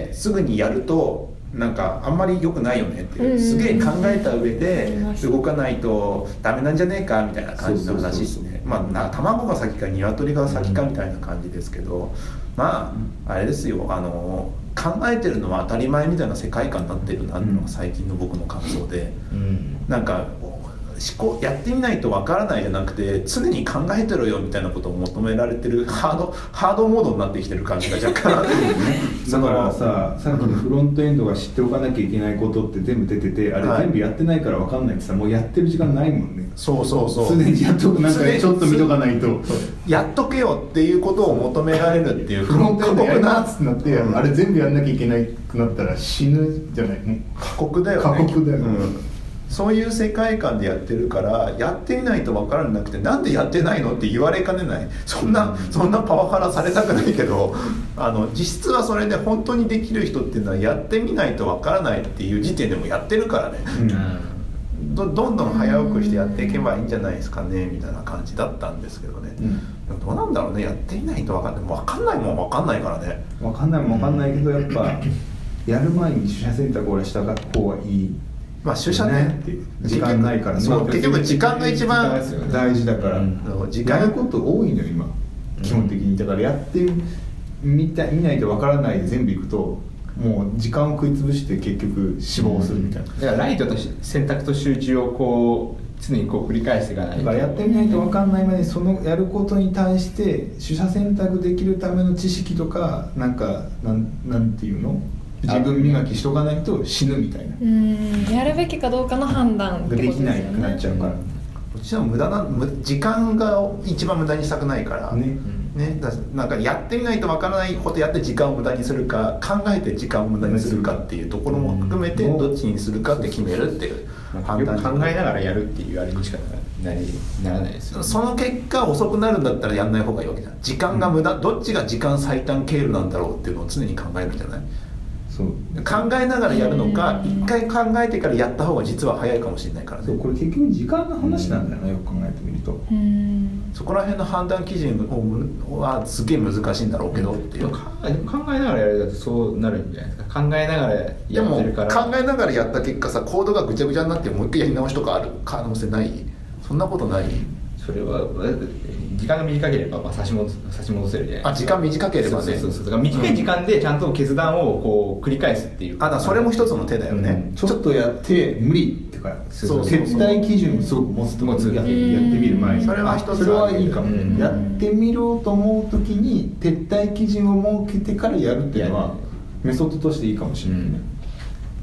すぐにやるとなんかあんまり良くないよねっていう、すげえ考えた上で動かないとダメなんじゃねえかみたいな感じの話ですね。卵が先か鶏が先かみたいな感じですけど、あれですよ、考えてるのは当たり前みたいな世界観になってるなっていうのが最近の僕の感想で、なんかやってみないとわからないじゃなくて常に考えてろよみたいなことを求められてるハードモードになってきてる感じが若干あるんですね。 だからさっきのフロントエンドが知っておかなきゃいけないことって全部出てて、あれ全部やってないからわかんないってさ、もうやってる時間ないもんね。 そうすでにやっとなんかちょっと見とかないとやっとけよっていうことを求められるっていう、 フロントエンドやりなってなって、あれ全部やんなきゃいけなくなったら死ぬじゃない。 過酷だよね。 過酷だよね。 そういう世界観でやってるから、やってみないと分からなくて、なんでやってないのって言われかねない。そんなパワハラされたくないけど、実質はそれで本当にできる人っていうのはやってみないと分からないっていう時点でもやってるからね、どんどん早送りしてやっていけばいいんじゃないですかねみたいな感じだったんですけどね、どうなんだろうね。やってみないと分かんないもん分かんないからね。 分かんないもん分かんないけど、やっぱやる前に取捨選択をした方がいい。 取捨ね、 時間ないからね。 結局時間が一番大事だから、やること多いのよ今、基本的に。だからやって見ないとわからないで全部いくと、もう時間を食い潰して結局死亡するみたいな。 だからライトと選択と集中をこう常にこう繰り返していかないと。 だからやってみないと分かんないまで、そのやることに対して取捨選択できるための知識とか、なんていうの、自分磨きしとかないと死ぬみたいな。 やるべきかどうかの判断ってことですよね。 できないくなっちゃうから。 こっちの時間が一番無駄にしたくないからね。なんかやってみないとわからないことやって時間を無駄にするか、考えて時間を無駄にするかっていうところも含めてどっちにするかって決めるっていう判断。 よく考えながらやるっていうあれにしかならないですよね。 その結果遅くなるんだったらやんない方がいいわけじゃん。時間が無駄、どっちが時間最短経路なんだろうっていうのを常に考えるんじゃない。考えながらやるのか、一回考えてからやった方が実は早いかもしれないからね。 これ結局時間の話なんだよな、よく考えてみると。 そこら辺の判断基準はすげえ難しいんだろうけどっていう。 考えながらやるだとそうなるんじゃないですか。考えながらやってるから。 でも考えながらやった結果さ、コードがぐちゃぐちゃになってもう一回やり直しとかある可能性ない？そんなことない？ それは時間が短ければ差し戻せるじゃないですか。 時間短ければね。 そうだから短い時間でちゃんと決断をこう繰り返すっていう。 だそれも一つの手だよね。 ちょっとやって無理ってか、撤退基準をすごく持つやってみる前に、 それは一つ。 それはいいかも。やってみろうと思うときに撤退基準を設けてからやるっていうのはメソッドとしていいかもしれないね。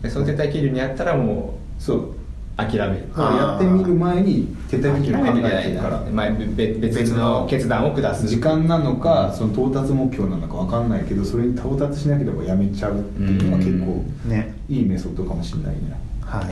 でその撤退基準にあったらもそうう諦める。 やってみる前に撤退基準考諦めるじゃなえてるからいな、まあ、別の決断を下す時間なのかその到達目標なのか分かんないけどそれに到達しなければやめちゃうっていうのは結構ね、 いいメソッドかもしれないね。 はい、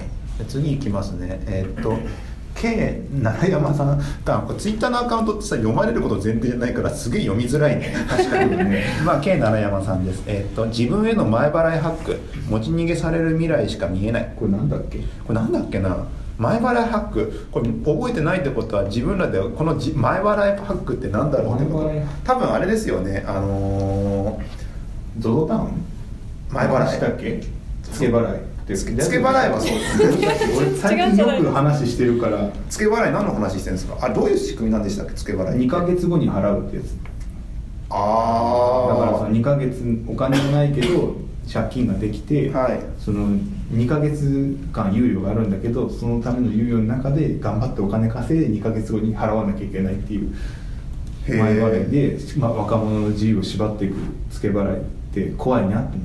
次いきますね。K 奈良山さんだ、ツイッターのアカウントってさ読まれること前提じゃないからすげえ読みづらいね。確かにね。まあ K 奈良山さんです。自分への前払いハック、持ち逃げされる未来しか見えない。 これなんだっけ？ これなんだっけな。前払いハック、これ覚えてないってことは自分らでこの前払いハックってなんだろうってこと。多分あれですよね。 ゾゾタウン？ 前払いしたっけ？付け払い。 付け払いはそうです俺最近よく話してるから付け払い何の話してるんですか。どういう仕組みなんでしたっけ、付け払い。 2ヶ月後に払うってやつ。 ああ。 だからその2ヶ月お金がないけど借金ができて、 はい、 その2ヶ月間猶予があるんだけどそのための猶予の中で頑張ってお金稼いで2ヶ月後に払わなきゃいけないっていう前払いで、若者の自由を縛っていく付け払いって怖いなと思って。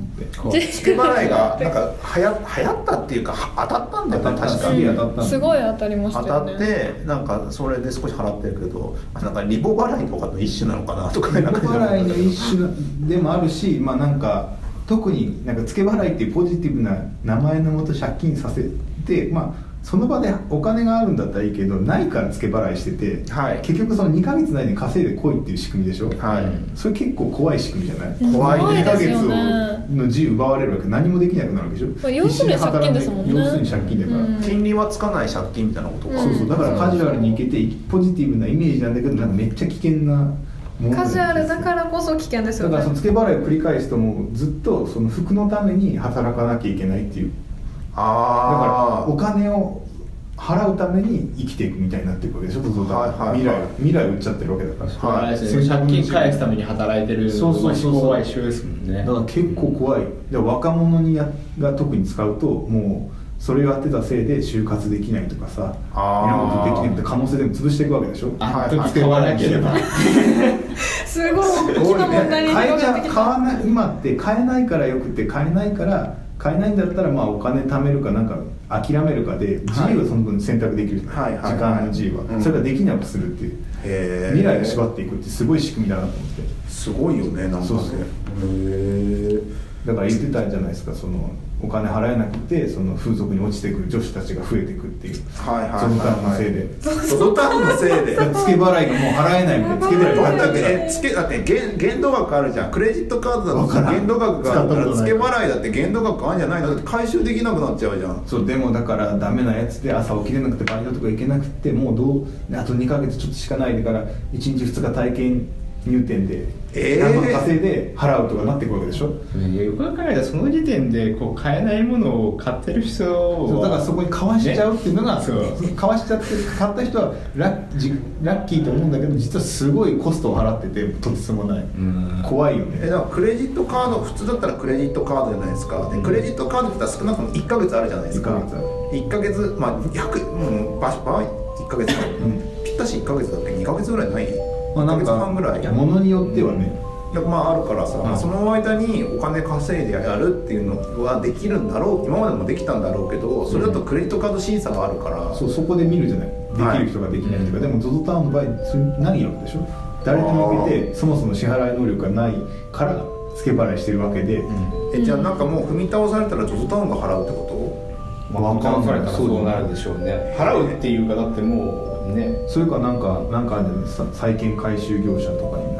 付け払いがなんか流行ったっていうか当たったんだよね。確かに当たったすごい当たりましたよね。 当たってなんかそれで少し払ってるけど、なんかリボ払いとかの一種なのかなとか。 リボ払いの一種でもあるし、まあなんか特になんか付け払いっていうポジティブな名前のもと借金させて、まあその場でお金があるんだったらいいけどないから付け払いしてて、 はい、 結局その2ヶ月内に稼いでこいっていう仕組みでしょ、 はい、 それ結構怖い仕組みじゃない？ 怖い 2ヶ月の自由奪われるわけ、何もできなくなるわけでしょ。 要するに借金ですもんね。 要するに借金だから、 金利はつかない借金みたいなことか。 そうそうだからカジュアルにいけてポジティブなイメージなんだけどなんかめっちゃ危険なもの。 カジュアルだからこそ危険ですよね。 だからその付け払いを繰り返すともうずっとその服のために働かなきゃいけないっていう。だからお金を払うために生きていくみたいになっていくわけでしょ。未来を売っちゃってるわけだから、 はい、借金返すために働いてるそうは一緒ですもんね。 だから結構怖い。で若者が特に使うともうそれをやってたせいで就活できないとかさ、いろんなことできないって可能性でも潰していくわけでしょ。 買わなければすごい大きな問題に広がってきた。 今って買えないからよくて買えないんだったらまあお金貯めるかなんか諦めるかで自由をその分選択できるじゃない、時間の自由は、それができなくするっていう未来を縛っていくってすごい仕組みだなと思って。 すごいよね、なんかね。 そうだから言ってたじゃないですか、そのお金払えなくてその風俗に落ちてくる女子たちが増えていくっていう、ゾゾタウンのせいで、 ゾゾタウンのせいで付け払いがもう払えないみたいな。付け払いがだって限度額あるじゃん。クレジットカードだと限度額があるから付け払いだって限度額あるんじゃないの。だって回収できなくなっちゃうじゃん。 そうでもだからダメなやつで朝起きれなくてバイトとか行けなくてもうあと2ヶ月ちょっとしかないから1日2日体験入店で何万稼いで払うとかなってくるわけでしょ。 よく考えたらその時点でこう買えないものを買ってる人はだからそこにかわしちゃうっていうのが、かわしちゃって買った人はラッキーと思うんだけど実はすごいコストを払っててとてつもない、怖いよね。 だからクレジットカード普通だったらクレジットカードじゃないですか。でクレジットカードって言ったら少なくとも1ヶ月あるじゃないですか。1ヶ月まあ約場合1ヶ月ぴったし1ヶ月だって2ヶ月ぐらいない。 まあ、なんかものによってはね、 まああるからさ、その間にお金稼いでやるっていうのはできるんだろう。今までもできたんだろうけど、それだとクレジットカード審査があるから、 そこで見るじゃない、できる人ができない人が、でも ZOZO タウンの場合それないわけでしょ。誰でも受けてそもそも支払い能力がないから付け払いしてるわけで、 じゃあなんかもう踏み倒されたら ZOZO タウンが払うってこと？ まあ、踏み倒されたらそうなるでしょうね。払うっていうかだってもうね、 それかなんか債権回収業者とかにな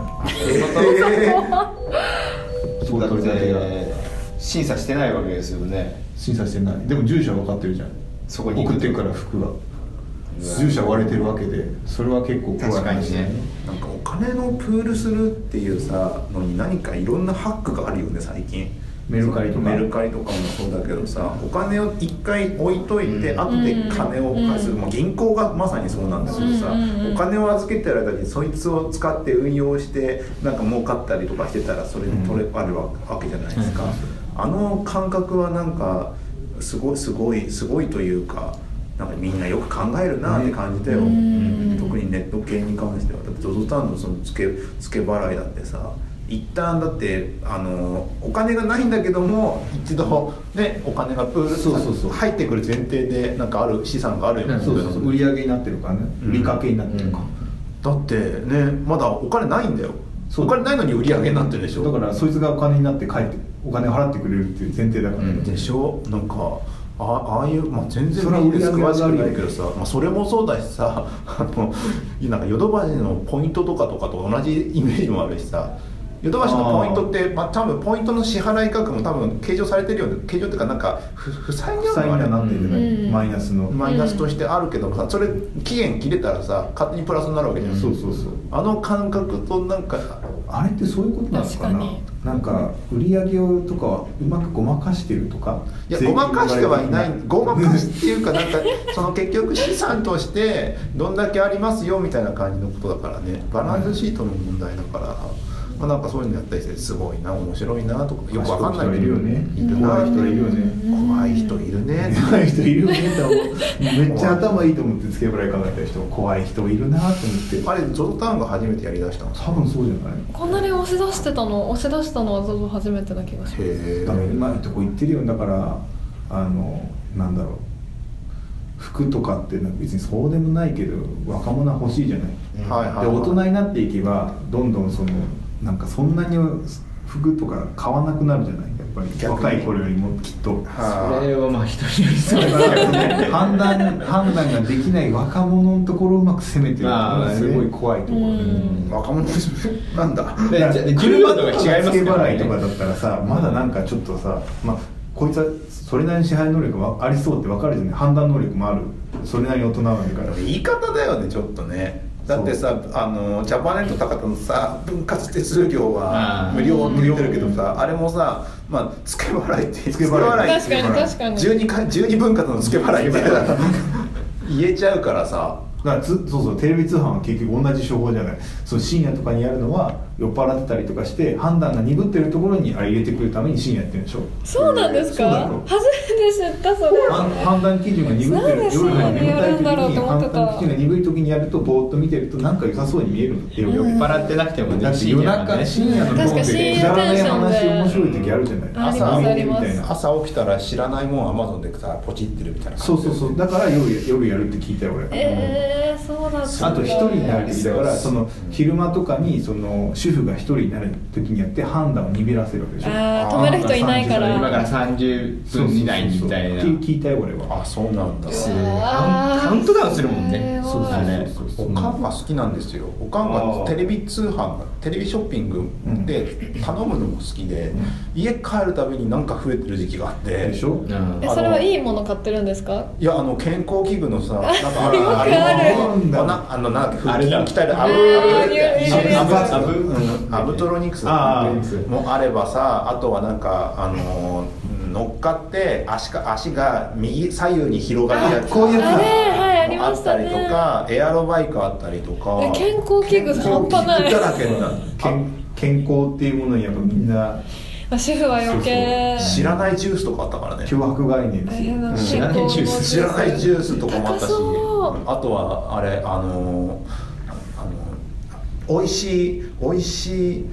そうだって審査してないわけですよね。 審査してない。でも住所は分かってるじゃん。 そこに送ってるから服が住所割れてるわけで、それは結構怖い。 確かにね。 なんかお金のプールするっていうさのに何かいろんなハックがあるよね最近。 メルカリとかもそうだけどさ、お金を一回置いといて、後で金を返す、もう銀行がまさにそうなんだけどさ、お金を預けてる間にそいつを使って運用してなんか儲かったりとかしてたらそれにあるわけじゃないですか。あの感覚はなんかすごいというか、なんかみんなよく考えるなって感じたよ、特にネット系に関しては。だって ZOZO タウンのその付け払いだってさ、 一旦だってお金がないんだけども一度ねお金がプールそう入ってくる前提でなんかある資産があるような、 そう売り上げになってるからね、売りかけになってるから、 だってねまだお金ないんだよ。お金ないのに売り上げになってるでしょ。 だからそいつがお金になって帰ってお金を払ってくれるっていう前提だからね、 でしょ。なんかああいう、まあ、全然ビジネス詳しくないけどさ、まあ、それもそうだしさなんかヨドバシのポイントとかと同じイメージもあるしさ、ヨドバシのポイントって、まあ、多分ポイントの支払い額も多分計上されてるような、計上っていうかなんか負債になるのあれになってるじゃない、マイナスとしてあるけどさ、それ期限切れたらさ勝手にプラスになるわけじゃん、 そうあの感覚となんかあれってそういうことなのかな。なんか売り上げをとかはうまくごまかしてるとか。 いやごまかしてはいない、ごまかしっていうかなんかその結局資産としてどんだけありますよみたいな感じのことだからね、バランスシートの問題だから、まあ、なんかそういうのやったりしてすごいな面白いなとかよくわかんない人いるよね、 怖い人いるよね、 怖い人いるね、 怖い人いるよねってめっちゃ頭いいと思って付け払い考えた人怖い人いるなと思って。 あれ ZOZO タウンが初めてやりだしたの。 多分そうじゃない。 こんなに押し出したのは ZOZO 初めてな気がします。 へだから今のとこ行ってるよ。だからなんだろう、服とかって別にそうでもないけど若者は欲しいじゃない、 はいはいはい、 で大人になっていけばどんどんなんかそんなに服とか買わなくなるじゃない、やっぱり若い頃よりもきっと。 それはまあ人によりそうだからね判断ができない若者のところをうまく攻めてるのがすごい怖いところで、 若者なんだ車とか付け払いとかだったらさまだなんかちょっとさ、まあこいつはそれなりに支配能力がありそうって分かるじゃない、判断能力もある、それなりに大人なんだから。 言い方だよねちょっとね。だってさジャパネット高田のさ分割手数料は無料って言ってるけどさ、あれもさ、まあ付け払いって確かに 12分割の付け払いみたいな言えちゃうからさ。 だからそうテレビ通販は結局同じ手法じゃない。その深夜とかにやるのは酔っ払ってたりとかして判断が鈍ってるところにあれ入れてくるために深夜やってるんでしょ。 そうなんですか。初めて知ったそれ。 判断基準が鈍ってる、夜が眠たい時に判断基準が鈍い時にやるとぼーっと見てるとなんか良さそうに見えるんだよ。 酔っ払ってなくてもね。 だって夜中深夜のトーンでくだらない話面白い時あるじゃない。 朝起きたら知らないもんアマゾンでさポチってるみたいな。 そうだから夜やるって聞いたよ俺。 そうだった。 あと一人になる時だからその昼間とかにその主婦が一人になる時にやって判断を鈍らせるわけでしょ。 止める人いないから。 今から30分以内みたいな。 聞いたよ俺は。 あ、そうなんだ。 カウントダウンするもんね。 そうだね。 おかんが好きなんですよ。おかんがテレビ通販テレビショッピングで頼むのも好きで、家帰るたびになんか増えてる時期があって。 でしょ。 それはいいもの買ってるんですか。 いや健康器具のさ、なんかあるなんだっけ腹筋鍛えるアブトロニクスもあればさ、あとはなんか乗っかって足が右左右に広がるやつ、 こういうやつあったりとか、エアロバイクあったりとか、 健康器具半端ない。 健康っていうものにやっぱみんな。 主婦は余計知らないジュースとかあったからね。 脅迫概念ですよ。 知らないジュースとかもあったし、あとはあれおいしい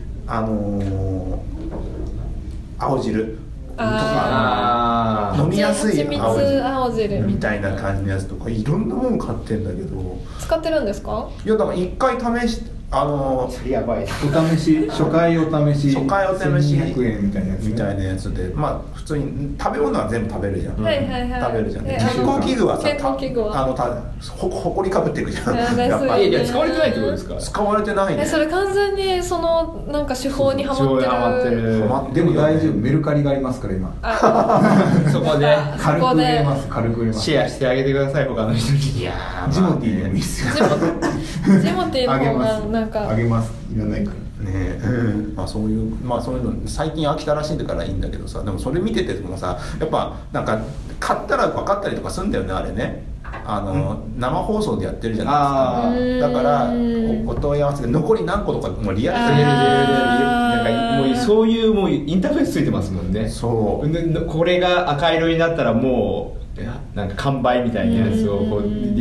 青汁とか飲みやすい青汁みたいな感じのやつとかいろんなもの買ってんだけど。 使ってるんですか。 いやだから一回試してやばい。 お試し初回お試し 1200 円みたいなやつで、まあ普通に食べ物は全部食べるじゃん。食べるじゃん。健康器具はさ、ほこりかぶっていくじゃん。 やっぱり使われてないってことですか。 使われてないね。 それ完全にそのなんか手法にハマってる。 でも大丈夫、メルカリがありますから今。 そこで軽く売れます。 シェアしてあげてください他の人に。 いやジモティーでもいいですよ。 ジモティーの方がなんかあげます。いらないからね。まあそういうの最近飽きたらしいんだからいいんだけどさ、でもそれ見ててもさ、やっぱなんか買ったら分かったりとかするんだよね、あれね。生放送でやってるじゃないですか。だからお問い合わせで残り何個とかもうリアルでなんかもうそういうもうインターフェースついてますもんね。 そうこれが赤色になったらもうなんか完売みたいなやつをこうリ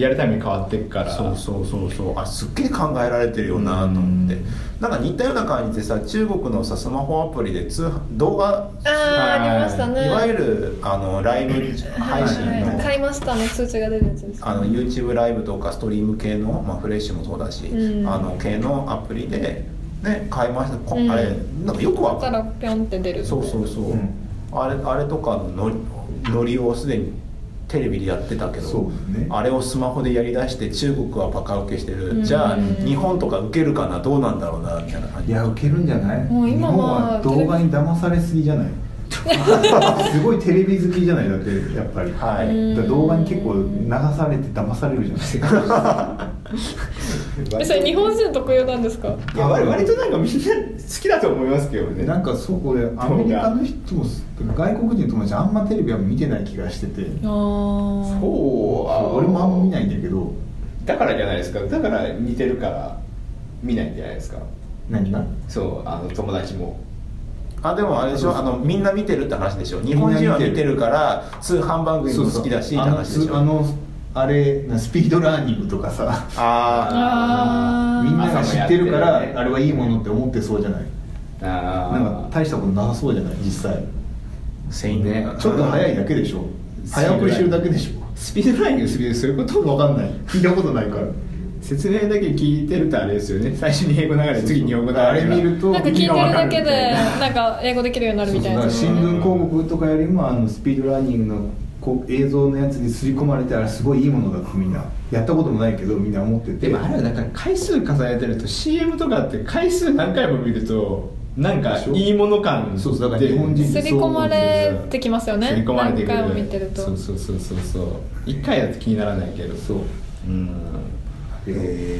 リアルタイムに変わっていくから。 そうあ、すっげえ考えられてるよなと思って、なんか似たような感じでさ、中国のさスマホアプリで動画ありましたね。 いわゆるライブ配信の、 買いましたの通知が出るやつです、 YouTube ライブとかストリーム系の、フレッシュもそうだし、系のアプリでね買いました、あれなんかよくわかる。 からピョンって出る。 そう、あれとかのノリをすでにテレビでやってたけど、ね、あれをスマホでやりだして中国はバカ受けしてる、じゃあ日本とか受けるかな、どうなんだろうなみたいな感じ。 いや受けるんじゃない。 もう今日本は動画に騙されすぎじゃないすごいテレビ好きじゃない、だってやっぱり、はい、だ動画に結構流されて騙されるじゃないですかそれ日本人特有なんですか。 いや割となんかみんな好きだと思いますけどね。 なんかそうこれアメリカの人も外国人の友達あんまテレビは見てない気がしてて、俺もあんま見ないんだけど、 だからじゃないですか。だから似てるから見ないんじゃないですか。 何が？ そう友達も。 でもあれでしょ、みんな見てるって話でしょ。日本人は見てるから通販番組も好きだしって話でしょ。 あれスピードラーニングとかさ、みんなが知ってるから、あれはいいものって思ってそうじゃない。なんか大したことなさそうじゃない、実際。ちょっと早いだけでしょ。早送りしてるだけでしょ。 スピードラーニングそういうこと分かんない、聞いたことないから。 説明だけ聞いてるとあれですよね。最初に英語流れ次日本語流れ、 あれ見るとなんか聞いてるだけでなんか英語できるようになるみたいな。 新聞広告とかよりもスピードラーニングの映像のやつに刷り込まれて、あれすごいいいものだってみんなやったこともないけどみんな思ってて。 でもあれはなんか回数重ねてると CM とかって回数何回も見るとなんかいいもの感。 そうだから日本人刷り込まれてきますよね。 刷り込まれてくる。 何回も見てると。 そう1回だと気にならないけど。そうだ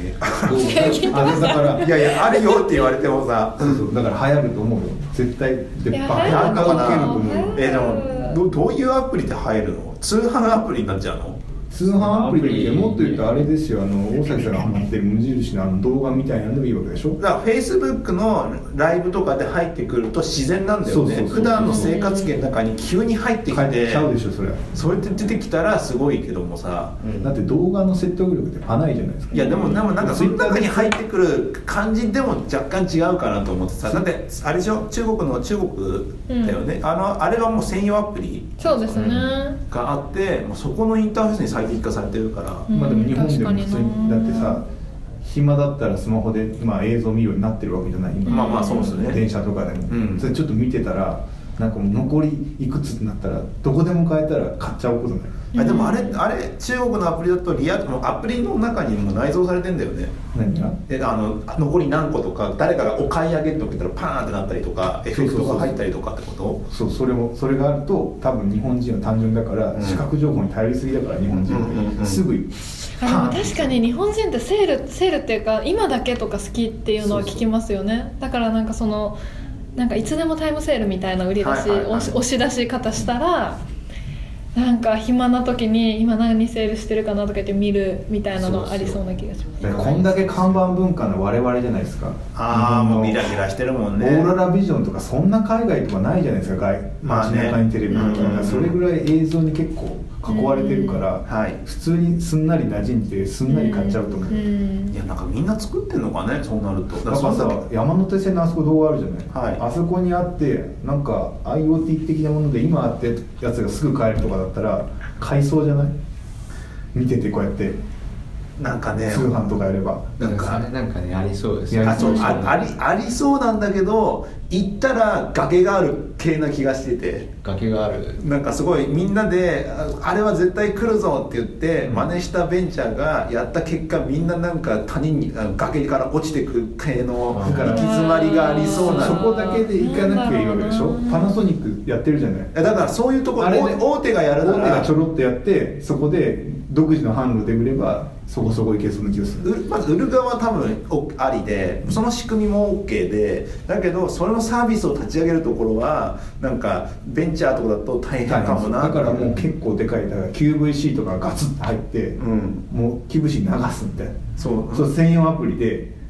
からいやあるよって言われてもさ、 だから流行ると思うよ絶対。でバカ受けると思う。 でもどういうアプリで流行るの？通販アプリになっちゃうの？ 通販アプリでもっと言うとあれですよ、大崎さんがハマってる無印の動画みたいなのでもいいわけでしょ。 だからフェイスブックのライブとかで入ってくると自然なんだよね。普段の生活圏の中に急に入ってきてちゃうでしょそれ。 それで出てきたらすごいけどもさ、 だって動画の説得力ってパないじゃないですか。 いやでもなんかその中に入ってくる感じでも若干違うかなと思ってさ。だってあれでしょ、中国だよね、あれはもう専用アプリそうですねがあって、もうそこのインターフェースに最適化されてるから、 まあでも日本でも普通にだってさ、暇だったらスマホで、映像見るようになってるわけじゃない今。 まあそうですね。 電車とかでも、それちょっと見てたらなんかもう残りいくつってなったらどこでも買えたら買っちゃうことない。 でもあれ中国のアプリだとアプリの中にも内蔵されてんだよね。 何が？ 残り何個とか誰かがお買い上げって言ったらパーンってなったりとか、エフェクトが入ったりとかってこと？ そうそれがあると多分日本人は単純だから、視覚情報に頼りすぎだから日本人ってすぐでも確かに日本人ってセールっていうか今だけとか好きっていうのは聞きますよね。だからなんかなんかいつでもタイムセールみたいな売り出し、押し出し方したらなんか暇な時に今何セールしてるかなとか言って見るみたいなのありそうな気がします。 こんだけ看板文化の我々じゃないですか。 もうミラミラしてるもんね。 オーロラビジョンとかそんな海外とかないじゃないですか。街中にテレビとか、それぐらい映像に結構囲われてるから、普通にすんなり馴染んですんなり買っちゃうと思う。 いやなんかみんな作ってんのかね、そうなると。 だからさ、山手線のあそこ動画あるじゃない、あそこにあってなんか IoT 的なもので今あってやつがすぐ買えるとかだったら買いそうじゃない？見ててこうやってなんかね、 通販とかやればなんかねありそうですよ。 ありそうなんだけど、行ったら崖がある系な気がしてて。 崖がある。 なんかすごいみんなであれは絶対来るぞって言って真似したベンチャーがやった結果、みんななんか谷に崖から落ちてく系の行き詰まりがありそうな。 そこだけで行かなきゃいいわけでしょ。パナソニックやってるじゃない。 だからそういうところ大手がやるなら、 大手がちょろっとやってそこで独自の販路で売ればそこそこいけそうな気がする。 まず売る側は多分ありで、その仕組みも OK で、だけどそれのサービスを立ち上げるところはなんかベンチャーとかだと大変かもな。 だからもう結構でかい、だから QVC とかガツッと入って、もう QVC 流すみたいな、そう専用アプリで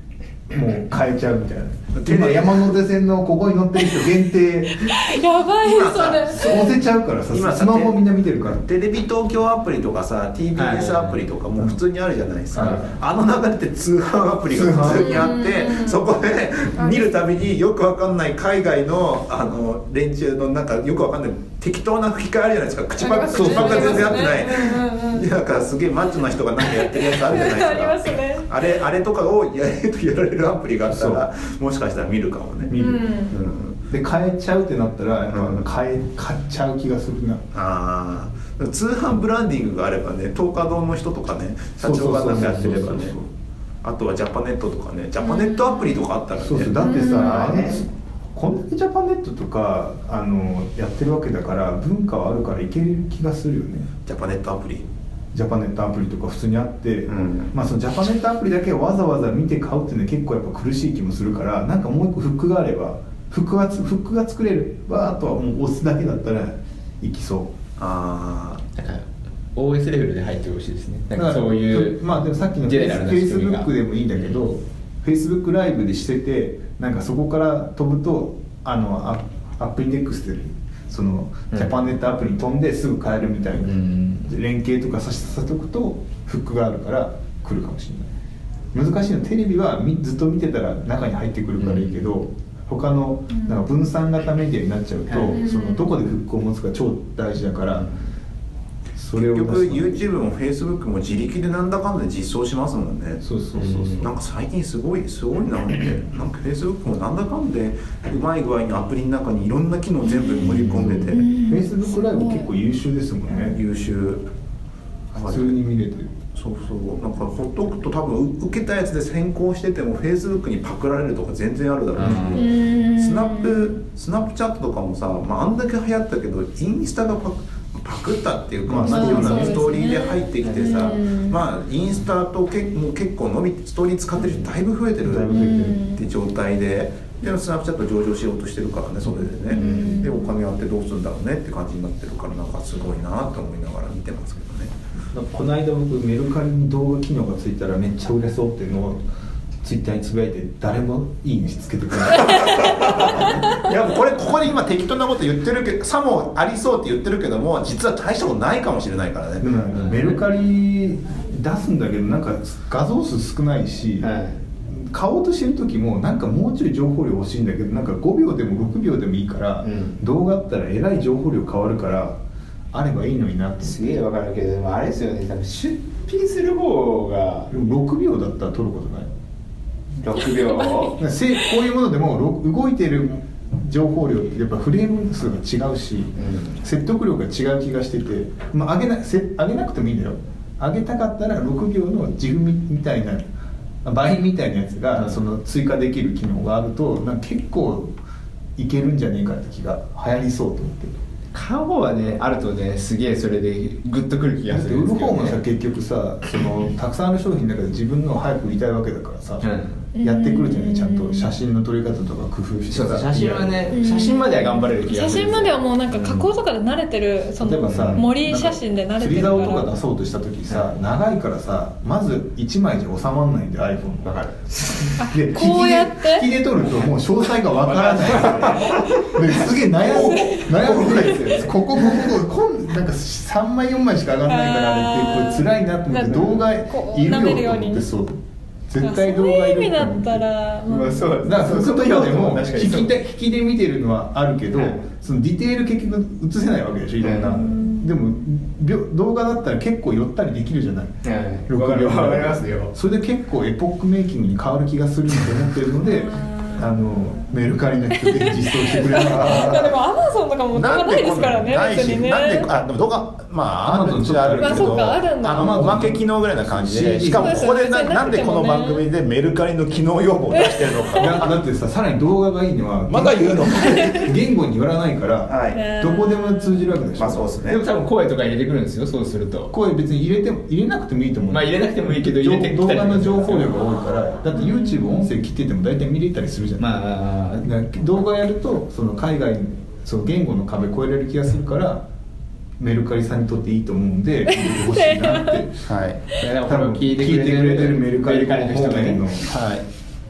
もう買えちゃうみたいな。今山手線のここに乗ってる人限定やばいそれ。 押せちゃうからさ、 今スマホみんな見てるから。 テレビ東京アプリとかさ TBS アプリとかもう普通にあるじゃないですか、あの中で通販アプリが普通にあってそこで見るたびによくわかんない海外の連中のなんかよくわかんない適当な吹き替えあるじゃないですか。口ばっか全然合ってないだからすげえマッチョな人がなんかやってるやつあるじゃないですかありますね。 あれとかをやられるアプリがあったらもしかしたら見るかもね。 見る、で買えちゃうってなったらやっぱ買っちゃう気がするな。 ああ、通販ブランディングがあればね、東華堂の人とかね、社長がなんかやってればね、あとはジャパネットとかね、ジャパネットアプリとかあったらね。 そうだってさ、こんだけジャパネットとかやってるわけだから文化はあるからいける気がするよね。 ジャパネットアプリとか普通にあって、まあそのジャパネットアプリだけをわざわざ見て買うっていうのは結構やっぱ苦しい気もするから、なんかもう一個フックがあればフックが作れればあとはもう押すだけだったらいきそう。 ああ、なんか OS レベルで入ってほしいですね。なんかそういうまあでもさっきのジェネラルな仕組みが Facebook でもいいんだけど、Facebook ライブでしててなんかそこから飛ぶとアップインデックスでそのジャパネットアプリに飛んですぐ買えるみたいな、連携とかさせておくとフックがあるから来るかもしれない。難しいのテレビはずっと見てたら中に入ってくるからいいけど、他のなんか分散型メディアになっちゃうと、そのどこでフックを持つか超大事だから、それを結局 YouTube も Facebook も自力でなんだかんだ実装しますもんね。 そうなんか最近すごいなってなんか Facebook もなんだかんでうまい具合にアプリの中にいろんな機能全部盛り込んでて、 Facebook ライブ結構優秀ですもんね。 優秀、 普通に見れてる。 そうなんかほっとくと多分受けたやつで先行してても Facebook にパクられるとか全然あるだろうし、スナップチャットとかもさ、あんだけ流行ったけどインスタがパクったっていうか、同じようなストーリーで入ってきてさ、インスタともう結構ストーリー使ってる人だいぶ増えてるって状態で、スナップチャット上場しようとしてるからね、それでね、でお金あってどうするんだろうねって感じになってるから、なんかすごいなと思いながら見てますけどね。 この間僕メルカリに動画機能がついたらめっちゃ売れそうっていうのをツイッターにつぶやいて誰もいいねつけてくれないいやここで今適当なこと言ってるけど、さもありそうって言ってるけども実は大したことないかもしれないからね。 メルカリ出すんだけどなんか画像数少ないし、買おうとしてる時もなんかもうちょい情報量欲しいんだけど、なんか5秒でも6秒でもいいから、動画あったらえらい情報量変わるからあればいいのになって。 すげえわかるけど、でもあれですよね、多分出品する方が 6秒だったら撮ることない 6秒こういうものでも動いてる情報量ってやっぱフレーム数が違うし、説得力が違う気がしてて、上げなくてもいいんだよ。上げたかったら6秒の自負みたいな倍みたいなやつがその追加できる機能があるとなんか結構いけるんじゃねえかって気が流行りそうと思ってる。 買う方はねあるとねすげえそれでグッとくる気がするんですけど、ね、 売る方もさ結局さたくさんある商品の中で自分のを早く売りたいわけだからさ、やってくるじゃない、ちゃんと写真の撮り方とか工夫してさ。 写真はね、写真までは頑張れる気がする。 写真まではもうなんか加工とかで慣れてる、その森写真で慣れてるから。 釣り竿とか出そうとした時さ、長いからさまず1枚じゃ収まんないんで iPhone わかるでこうやって引きで撮るともう詳細がわからないですげえ悩むないですよ。ここなんか3枚4枚しか上がらないからあれってこれ辛いなと思って動画いるよと思って。そう絶対動画いるそういう意味だったら、 そうだから服とかでも引きで見てるのはあるけど、そのディテール結局映せないわけでしょ、いろんな。でも動画だったら結構寄ったりできるじゃない。 6秒わかりますよ。 それで結構エポックメイキングに変わる気がすると思ってるのでメルカリの人で実装してくれるからでもアマゾンとかも動画ないですからね、別にね。 でも動画アマゾンちょっとあるけど、おまけ機能ぐらいな感じで、しかもここでなんでこの番組でメルカリの機能用語を出してるのか。 だってさらに動画がいいのはまだ言うの言語によらないからどこでも通じるわけでしょ。 そうですね。 でも多分声とか入れてくるんですよ、そうすると。 声別に入れなくてもいいと思う。 入れなくてもいいけど入れてきたり。 動画の情報量が多いからだって YouTube 音声切ってても大体見れたりするじゃない。動画やるとその海外その言語の壁越えられる気がするからメルカリさんにとっていいと思うんで入れてほしいなってはい。 多分聞いてくれてるメルカリの人がいるの。 はい。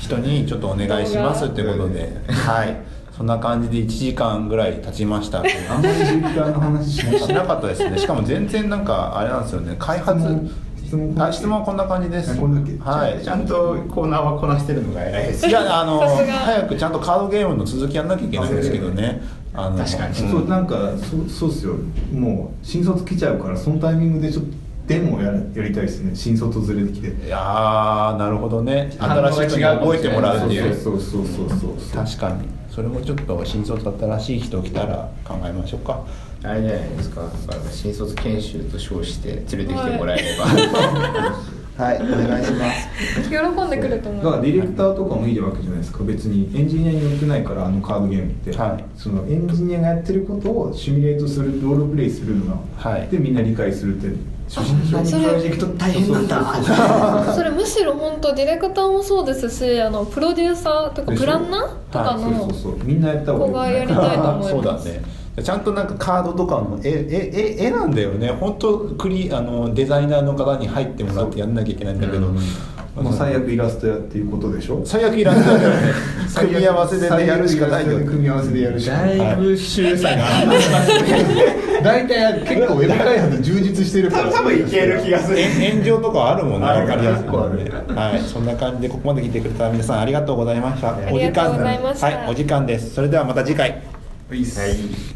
人にちょっとお願いしますってことで、はい、そんな感じで1時間ぐらい経ちましたけどあんまりツイッターの話しなかったですね。しかも全然なんかあれなんですよね、開発質問はこんな感じです。 こんだけ、 はい、 ちゃんとコーナーはこなしてるのが偉いです。 いや早くちゃんとカードゲームの続きやんなきゃいけないんですけどね。 確かに、 そうなんかそうっすよ。もう新卒来ちゃうからそのタイミングでちょっとデモをやりたいですね。新卒ずれてきて。 いやーなるほどね。新しい人に覚えてもらうっていう。 そう確かにそれもちょっと新卒新しい人来たら考えましょうか。 あれじゃないですか。新卒研修と称して連れてきてもらえれば。 はい、お願いします。 喜んでくると思う。 だからディレクターとかもいいわけじゃないですか。別にエンジニアによってないからカードゲームって、 はい、 そのエンジニアがやってることをシミュレートするロールプレイするのが、はい、でみんな理解するって初心者プロジェクト大変なんだ。 それむしろ本当ディレクターもそうですし、プロデューサーとかプランナーとかのみんなやった方がいい。 子がやりたいと思います。 そうだね。ちゃんとなんかカードとかの絵なんだよね。本当デザイナーの方に入ってもらってやんなきゃいけないんだけど、 もう最悪イラストやっていうことでしょ。 最悪イラストやだよね。組み合わせでやるしかないよ。 組み合わせでやるしかない。 だいぶ秀才がありますね。 大体結構ウェブ開発充実してるから多分いける気がする。 炎上とかあるもんね。 分かりやすくはい、そんな感じでここまで聞いてくれた皆さんありがとうございました。 ありがとうございました。 はい、お時間です。それではまた次回。 はい。